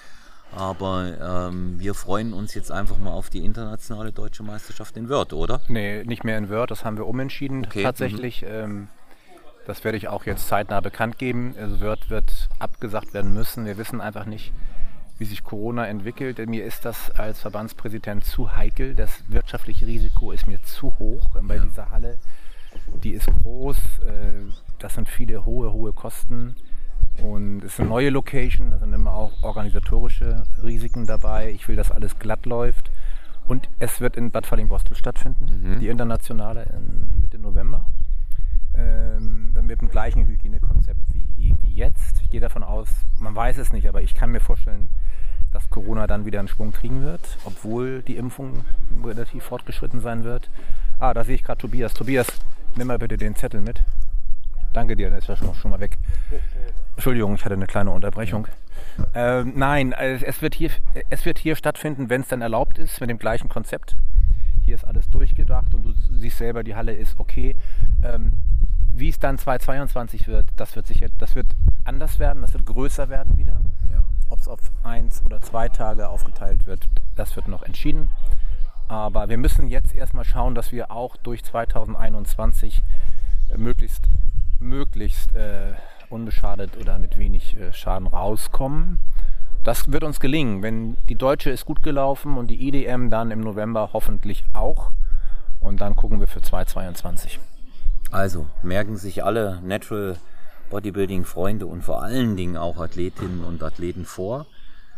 aber ähm, wir freuen uns jetzt einfach mal auf die internationale deutsche Meisterschaft in Wörth, oder? Nee, nicht mehr in Wörth, das haben wir umentschieden okay. tatsächlich. Mhm. Ähm, das werde ich auch jetzt zeitnah bekannt geben. Also Wörth wird abgesagt werden müssen. Wir wissen einfach nicht, wie sich Corona entwickelt. Mir ist das als Verbandspräsident zu heikel. Das wirtschaftliche Risiko ist mir zu hoch bei ja. dieser Halle. Die ist groß, das sind viele hohe, hohe Kosten und es ist eine neue Location, da sind immer auch organisatorische Risiken dabei. Ich will, dass alles glatt läuft und es wird in Bad Fallingbostel stattfinden, mhm. die internationale in Mitte November. Ähm, dann mit dem gleichen Hygienekonzept wie, wie jetzt. Ich gehe davon aus, man weiß es nicht, aber ich kann mir vorstellen, dass Corona dann wieder einen Schwung kriegen wird, obwohl die Impfung relativ fortgeschritten sein wird. Ah, da sehe ich gerade Tobias. Tobias, nimm mal bitte den Zettel mit. Danke dir, der ist ja schon, schon mal weg. Entschuldigung, ich hatte eine kleine Unterbrechung. Ähm, nein, es wird, hier, es wird hier stattfinden, wenn es dann erlaubt ist, mit dem gleichen Konzept. Hier ist alles durchgedacht und du siehst selber, die Halle ist okay. Ähm, wie es dann zweitausendzweiundzwanzig wird, das wird sicher, das wird anders werden, das wird größer werden wieder. Ja. Ob es auf eins oder zwei Tage aufgeteilt wird, das wird noch entschieden. Aber wir müssen jetzt erstmal schauen, dass wir auch durch zweitausendeinundzwanzig äh, möglichst, möglichst äh, unbeschadet oder mit wenig äh, Schaden rauskommen. Das wird uns gelingen. Wenn die Deutsche ist gut gelaufen und die I D M dann im November hoffentlich auch. Und dann gucken wir für zweitausendzweiundzwanzig. Also merken sich alle Natural Bodybuilding Freunde und vor allen Dingen auch Athletinnen und Athleten vor.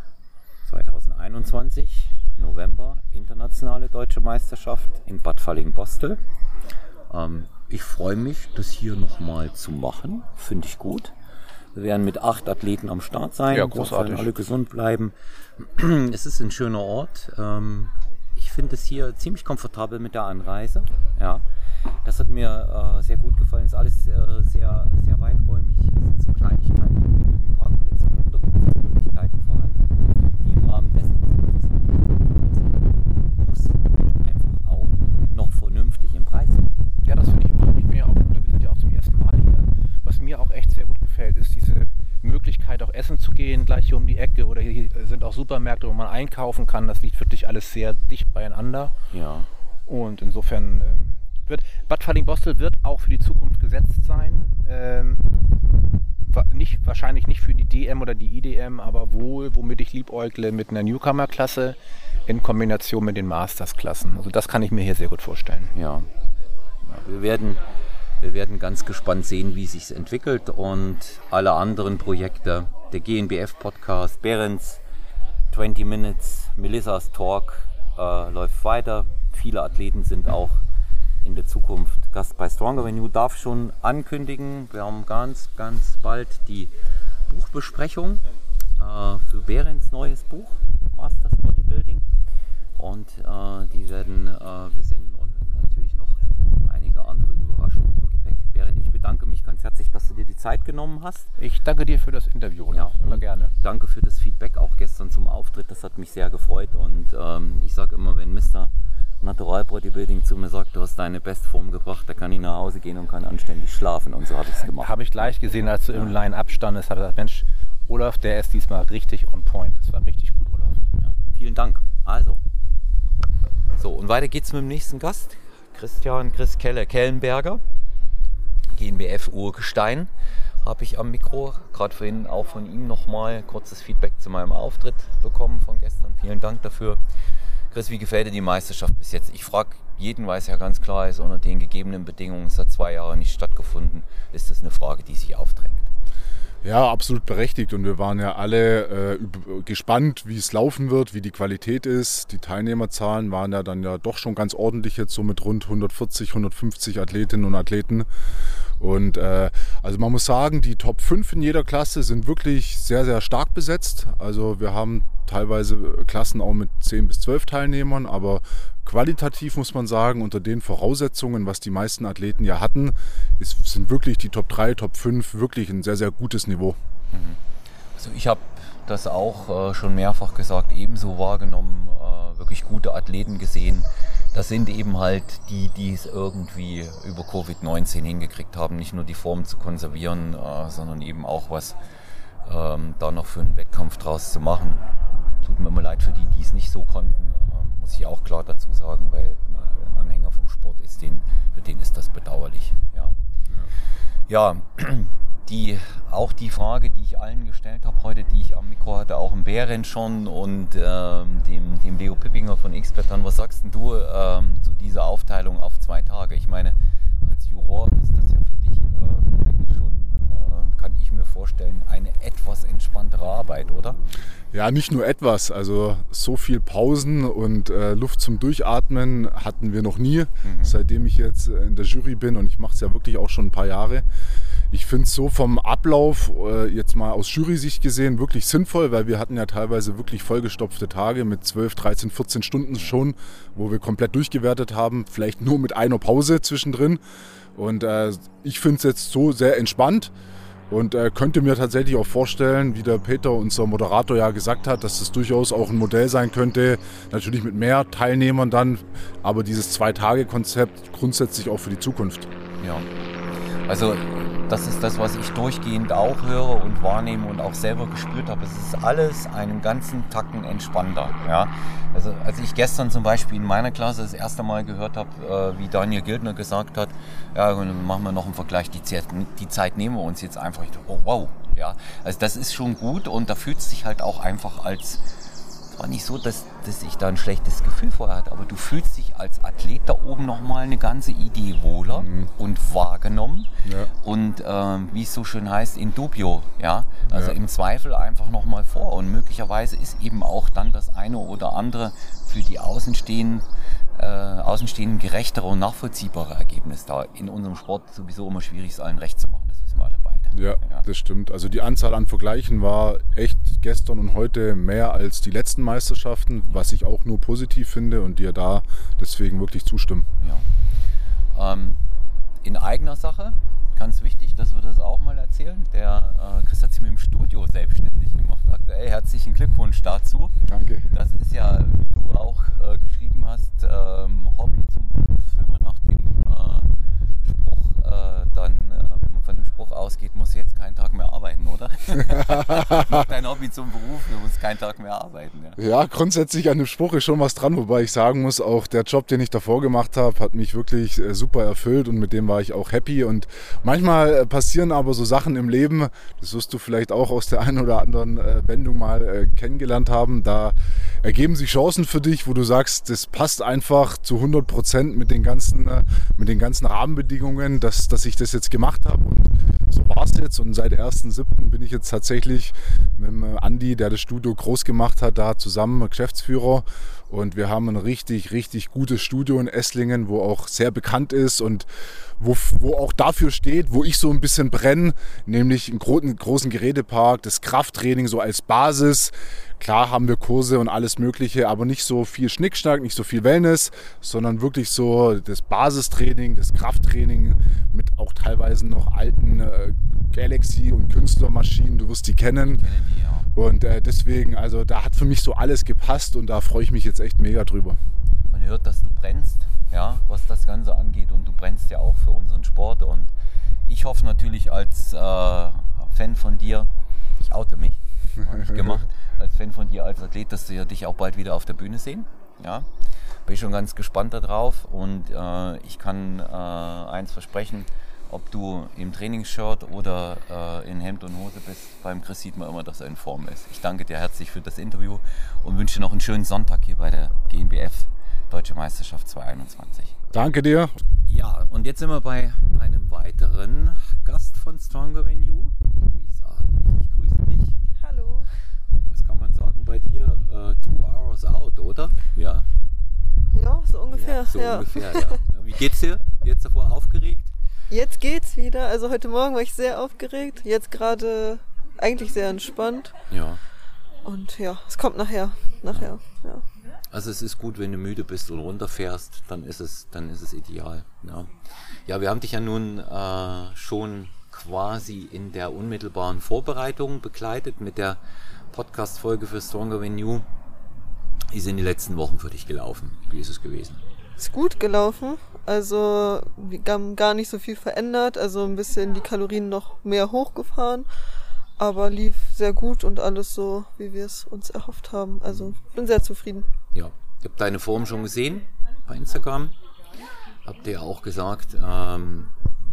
zweitausendeinundzwanzig, November, internationale deutsche Meisterschaft in Bad Fallingbostel. Ähm, ich freue mich, das hier nochmal zu machen. Finde ich gut. Wir werden mit acht Athleten am Start sein. Ja, großartig. Sollen alle gesund bleiben. Es ist ein schöner Ort. Ähm, ich finde es hier ziemlich komfortabel mit der Anreise. Ja. Das hat mir äh, sehr gut gefallen. Es ist alles äh, sehr, sehr weiträumig. Es sind so Kleinigkeiten, genügend Parkplätze und Unterkunftsmöglichkeiten vorhanden, die im Rahmen dessen, was muss einfach auch noch vernünftig im Preis sind. Ja, das finde ich auch. Ich bin ja auch, wir sind ja auch zum ersten Mal hier. Was mir auch echt sehr gut gefällt, ist diese Möglichkeit, auch essen zu gehen, gleich hier um die Ecke. Oder hier sind auch Supermärkte, wo man einkaufen kann. Das liegt wirklich alles sehr dicht beieinander. Ja. Und insofern äh, wird Bad Fallingbostel wird auch für die Zukunft gesetzt sein. Ähm, nicht, wahrscheinlich nicht für die D M oder die I D M, aber wohl, womit ich liebäugle, mit einer Newcomer-Klasse in Kombination mit den Masters-Klassen. Also das kann ich mir hier sehr gut vorstellen. Ja, wir werden, wir werden ganz gespannt sehen, wie es sich entwickelt und alle anderen Projekte, der G N B F-Podcast, Behrens, zwanzig Minutes, Melissas Talk äh, läuft weiter. Viele Athleten sind auch in der Zukunft Gast bei Stronger Than You. Darf schon ankündigen, wir haben ganz, ganz bald die Buchbesprechung äh, für Behrens neues Buch, Masters Bodybuilding. Und äh, die werden äh, wir senden und natürlich noch einige andere Überraschungen im Gepäck. Behrens, ich bedanke mich ganz herzlich, dass du dir die Zeit genommen hast. Ich danke dir für das Interview, ja, immer gerne. Danke für das Feedback, auch gestern zum Auftritt, das hat mich sehr gefreut. Und ähm, ich sage immer, wenn Mister Natural Bodybuilding zu mir sagt, du hast deine Bestform gebracht, da kann ich nach Hause gehen und kann anständig schlafen, und so habe ich es gemacht. Habe ich gleich gesehen, als du ja. im Line-Up standest, hat er gesagt, Mensch, Olaf, der ist diesmal richtig on point. Das war richtig gut, Olaf. Ja, vielen Dank. Also, so, und weiter geht's mit dem nächsten Gast, Christian Chris Keller Kellenberger, G N B F Urgestein, habe ich am Mikro, gerade vorhin auch von ihm nochmal kurzes Feedback zu meinem Auftritt bekommen von gestern. Vielen Dank dafür. Chris, wie gefällt dir die Meisterschaft bis jetzt? Ich frage jeden, weil es ja ganz klar ist, unter den gegebenen Bedingungen, es hat zwei Jahre nicht stattgefunden, ist das eine Frage, die sich aufdrängt. Ja, absolut berechtigt, und wir waren ja alle äh, gespannt, wie es laufen wird, wie die Qualität ist. Die Teilnehmerzahlen waren ja dann ja doch schon ganz ordentlich jetzt, so mit rund hundertvierzig, hundertfünfzig Athletinnen und Athleten. Und äh, also man muss sagen, die Top fünf in jeder Klasse sind wirklich sehr, sehr stark besetzt. Also wir haben teilweise Klassen auch mit zehn bis zwölf Teilnehmern, aber qualitativ muss man sagen, unter den Voraussetzungen, was die meisten Athleten ja hatten, ist, sind wirklich die Top drei, Top fünf wirklich ein sehr, sehr gutes Niveau. Also ich habe das auch äh, schon mehrfach gesagt, ebenso wahrgenommen, äh, wirklich gute Athleten gesehen. Das sind eben halt die, die es irgendwie über Covid neunzehn hingekriegt haben, nicht nur die Form zu konservieren, äh, sondern eben auch was ähm, da noch für einen Wettkampf draus zu machen. Tut mir immer leid für die, die es nicht so konnten, äh, muss ich auch klar dazu sagen, weil ein Anhänger vom Sport ist, den, für den ist das bedauerlich. Ja, ja. ja die, auch die Frage, die ich allen gestellt habe heute, die ich am Mikro hatte, auch im Behrendt schon und ähm, dem, dem Leo Pippinger von X-Bert, was sagst denn du ähm, zu dieser Aufteilung auf zwei Tage? Ich meine, als Juror ist das ja für dich äh, eigentlich schon, äh, kann ich mir vorstellen, eine etwas entspanntere Arbeit, oder? Ja, nicht nur etwas. Also so viel Pausen und äh, Luft zum Durchatmen hatten wir noch nie, mhm. seitdem ich jetzt in der Jury bin, und ich mache es ja wirklich auch schon ein paar Jahre. Ich finde es so vom Ablauf, äh, jetzt mal aus Jury-Sicht gesehen, wirklich sinnvoll, weil wir hatten ja teilweise wirklich vollgestopfte Tage mit zwölf, dreizehn, vierzehn Stunden schon, wo wir komplett durchgewertet haben, vielleicht nur mit einer Pause zwischendrin. Und äh, ich finde es jetzt so sehr entspannt und äh, könnte mir tatsächlich auch vorstellen, wie der Peter, unser Moderator, ja gesagt hat, dass das durchaus auch ein Modell sein könnte, natürlich mit mehr Teilnehmern dann, aber dieses Zwei-Tage-Konzept grundsätzlich auch für die Zukunft. Ja, also das ist das, was ich durchgehend auch höre und wahrnehme und auch selber gespürt habe. Es ist alles einen ganzen Tacken entspannter. Ja? Also als ich gestern zum Beispiel in meiner Klasse das erste Mal gehört habe, äh, wie Daniel Gildner gesagt hat, ja, dann machen wir noch einen Vergleich, die Zeit, die Zeit nehmen wir uns jetzt einfach. Ich dachte, oh wow, ja, also das ist schon gut und da fühlt es sich halt auch einfach als, es war nicht so, dass, dass ich da ein schlechtes Gefühl vorher hatte, aber du fühlst dich als Athlet da oben nochmal eine ganze Idee wohler mhm. und wahrgenommen ja. und ähm, wie es so schön heißt, in dubio, ja, also ja. im Zweifel einfach nochmal vor und möglicherweise ist eben auch dann das eine oder andere für die Außenstehenden, äh, Außenstehenden gerechtere und nachvollziehbare Ergebnis da. In unserem Sport sowieso immer schwierig, es allen recht zu machen, das wissen wir alle beide. Ja, ja, das stimmt. Also die Anzahl an Vergleichen war echt gestern und heute mehr als die letzten Meisterschaften, was ich auch nur positiv finde und dir da deswegen wirklich zustimmen. Ja. Ähm, in eigener Sache, ganz wichtig, dass wir das auch mal erzählen. Der äh, Chris hat sich mit dem Studio selbstständig gemacht. Aktuell herzlichen Glückwunsch dazu. Danke. Das ist ja, wie du auch äh, geschrieben hast, ähm, Hobby zum Beruf. Wenn man nach dem äh, Spruch äh, dann, äh, wenn man von dem Spruch ausgeht, musst du jetzt keinen Tag mehr arbeiten, oder? Mach dein Hobby zum Beruf, du musst keinen Tag mehr arbeiten. Ja. ja, grundsätzlich an dem Spruch ist schon was dran, wobei ich sagen muss, auch der Job, den ich davor gemacht habe, hat mich wirklich äh, super erfüllt und mit dem war ich auch happy. Und manchmal äh, passieren aber so Sachen im Leben, das wirst du vielleicht auch aus der einen oder anderen äh, Wendung mal äh, kennengelernt haben, da ergeben sich Chancen für dich, wo du sagst, das passt einfach zu hundert Prozent mit den ganzen, äh, mit den ganzen Rahmenbedingungen, dass, dass ich das jetzt gemacht habe. Und so war es jetzt. Und seit ersten siebten bin ich jetzt tatsächlich mit dem Andi, der das Studio groß gemacht hat, da zusammen Geschäftsführer. Und wir haben ein richtig, richtig gutes Studio in Esslingen, wo auch sehr bekannt ist und wo, wo auch dafür steht, wo ich so ein bisschen brenne, nämlich einen großen, großen Gerätepark, das Krafttraining so als Basis. Klar haben wir Kurse und alles Mögliche, aber nicht so viel Schnickschnack, nicht so viel Wellness, sondern wirklich so das Basistraining, das Krafttraining mit auch teilweise noch alten äh, Galaxy- und Künstlermaschinen, du wirst die kennen. Und äh, deswegen, also da hat für mich so alles gepasst und da freue ich mich jetzt echt mega drüber. Man hört, dass du brennst, ja, was das Ganze angeht und du brennst ja auch für unseren Sport und ich hoffe natürlich als äh, Fan von dir, ich oute mich, habe ich gemacht, als Fan von dir, als Athlet, dass wir dich auch bald wieder auf der Bühne sehen. Ja, bin ich schon ganz gespannt darauf und äh, ich kann äh, eins versprechen, ob du im Trainingsshirt oder äh, in Hemd und Hose bist, beim Chris sieht man immer, dass er in Form ist. Ich danke dir herzlich für das Interview und wünsche dir noch einen schönen Sonntag hier bei der G N B F Deutsche Meisterschaft zwanzig einundzwanzig. Danke dir. Ja, und jetzt sind wir bei einem weiteren Gast von Stronger Than You. Luisa, ich grüße dich. Hallo. Was kann man sagen bei dir? Uh, two hours out, oder? Ja. Ja, so ungefähr. Ja, so ja. ungefähr, ja. Wie geht's dir? Jetzt davor aufgeregt? Jetzt geht's wieder. Also heute Morgen war ich sehr aufgeregt. Jetzt gerade eigentlich sehr entspannt. Ja. Und ja, es kommt nachher. Nachher, ja. Also es ist gut, wenn du müde bist und runterfährst, dann ist es, dann ist es ideal. Ja, ja, wir haben dich ja nun äh, schon quasi in der unmittelbaren Vorbereitung begleitet mit der Podcast-Folge für Stronger Than You. Wie sind die letzten Wochen für dich gelaufen? Wie ist es gewesen? Ist gut gelaufen. Also wir haben gar nicht so viel verändert. Also ein bisschen die Kalorien noch mehr hochgefahren. Aber lief sehr gut und alles so, wie wir es uns erhofft haben. Also bin sehr zufrieden. Ja, ich habe deine Form schon gesehen bei Instagram. Habt ihr ja auch gesagt, ähm,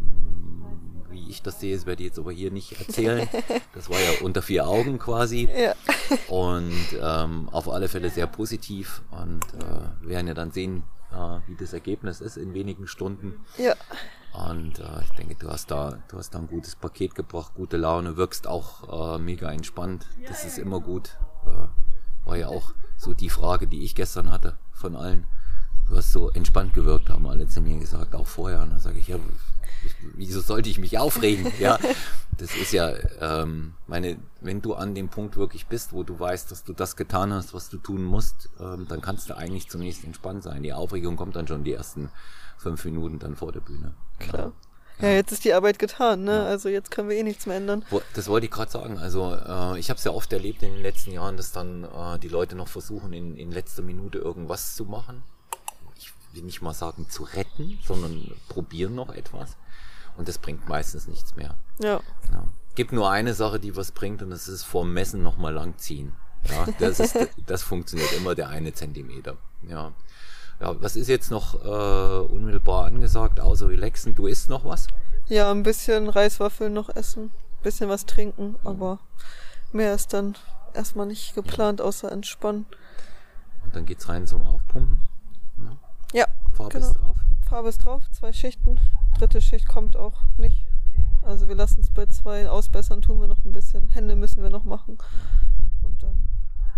wie ich das sehe, das werde ich jetzt aber hier nicht erzählen. Das war ja unter vier Augen quasi. Ja. Und ähm, auf alle Fälle sehr positiv. Und äh, wir werden ja dann sehen, äh, wie das Ergebnis ist in wenigen Stunden. Ja. Und äh, ich denke, du hast da, du hast da ein gutes Paket gebracht, gute Laune, wirkst auch äh, mega entspannt. Das ist immer gut. Äh, war ja auch so die Frage, die ich gestern hatte von allen. Du hast so entspannt gewirkt, haben alle zu mir gesagt, auch vorher. Und dann sage ich, ja, wieso sollte ich mich aufregen? Ja, das ist ja, ähm, meine, wenn du an dem Punkt wirklich bist, wo du weißt, dass du das getan hast, was du tun musst, ähm, dann kannst du eigentlich zunächst entspannt sein. Die Aufregung kommt dann schon die ersten fünf Minuten dann vor der Bühne. Klar. Ja, jetzt ist die Arbeit getan, ne? Ja. Also jetzt können wir eh nichts mehr ändern. Das wollte ich gerade sagen. Also äh, ich habe es ja oft erlebt in den letzten Jahren, dass dann äh, die Leute noch versuchen, in, in letzter Minute irgendwas zu machen. Ich will nicht mal sagen zu retten, sondern probieren noch etwas. Und das bringt meistens nichts mehr. Ja. Ja. Gibt nur eine Sache, die was bringt, und das ist vorm Messen nochmal langziehen. Ja, das ist, das funktioniert immer, der eine Zentimeter. Ja. Ja, was ist jetzt noch äh, unmittelbar angesagt, außer relaxen? Du isst noch was? Ja, ein bisschen Reiswaffeln noch essen, ein bisschen was trinken, mhm. aber mehr ist dann erstmal nicht geplant, außer entspannen. Und dann geht's rein zum Aufpumpen? Ne? Ja, Farbe genau. ist drauf? Farbe ist drauf, zwei Schichten. Dritte Schicht kommt auch nicht. Also wir lassen es bei zwei ausbessern, tun wir noch ein bisschen. Hände müssen wir noch machen. Und dann,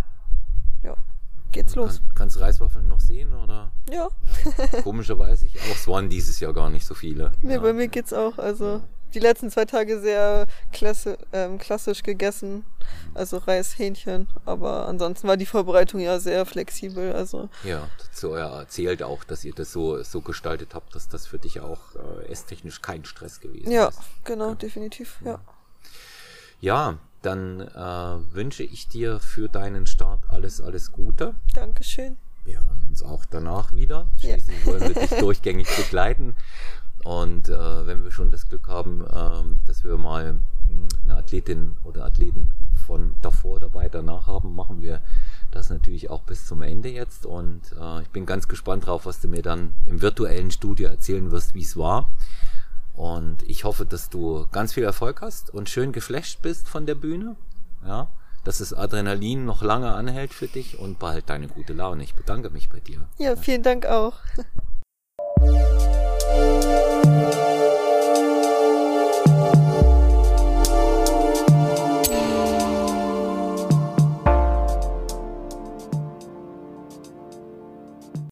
ja. Geht's Und los. Kann, kannst du Reiswaffeln noch sehen, oder? Ja. ja. Komischerweise ich auch. Es waren dieses Jahr gar nicht so viele. Nee, ja. bei mir geht's auch. Also die letzten zwei Tage sehr klasse, ähm, klassisch gegessen. Also Reis, Hähnchen. Aber ansonsten war die Vorbereitung ja sehr flexibel. Also ja, dazu erzählt auch, dass ihr das so, so gestaltet habt, dass das für dich auch äh, esstechnisch kein Stress gewesen ja, ist. Genau, ja, genau, definitiv. Ja. Ja, dann äh, wünsche ich dir für deinen Start alles, alles Gute. Dankeschön. Wir hören uns auch danach wieder. Schließlich ja. wollen wir dich durchgängig begleiten. Und äh, wenn wir schon das Glück haben, äh, dass wir mal eine Athletin oder Athleten von davor oder weiter danach haben, machen wir das natürlich auch bis zum Ende jetzt. Und äh, ich bin ganz gespannt drauf, was du mir dann im virtuellen Studio erzählen wirst, wie es war. Und ich hoffe, dass du ganz viel Erfolg hast und schön geflasht bist von der Bühne. Ja, dass das Adrenalin noch lange anhält für dich und behalt deine gute Laune. Ich bedanke mich bei dir. Ja, vielen Dank auch.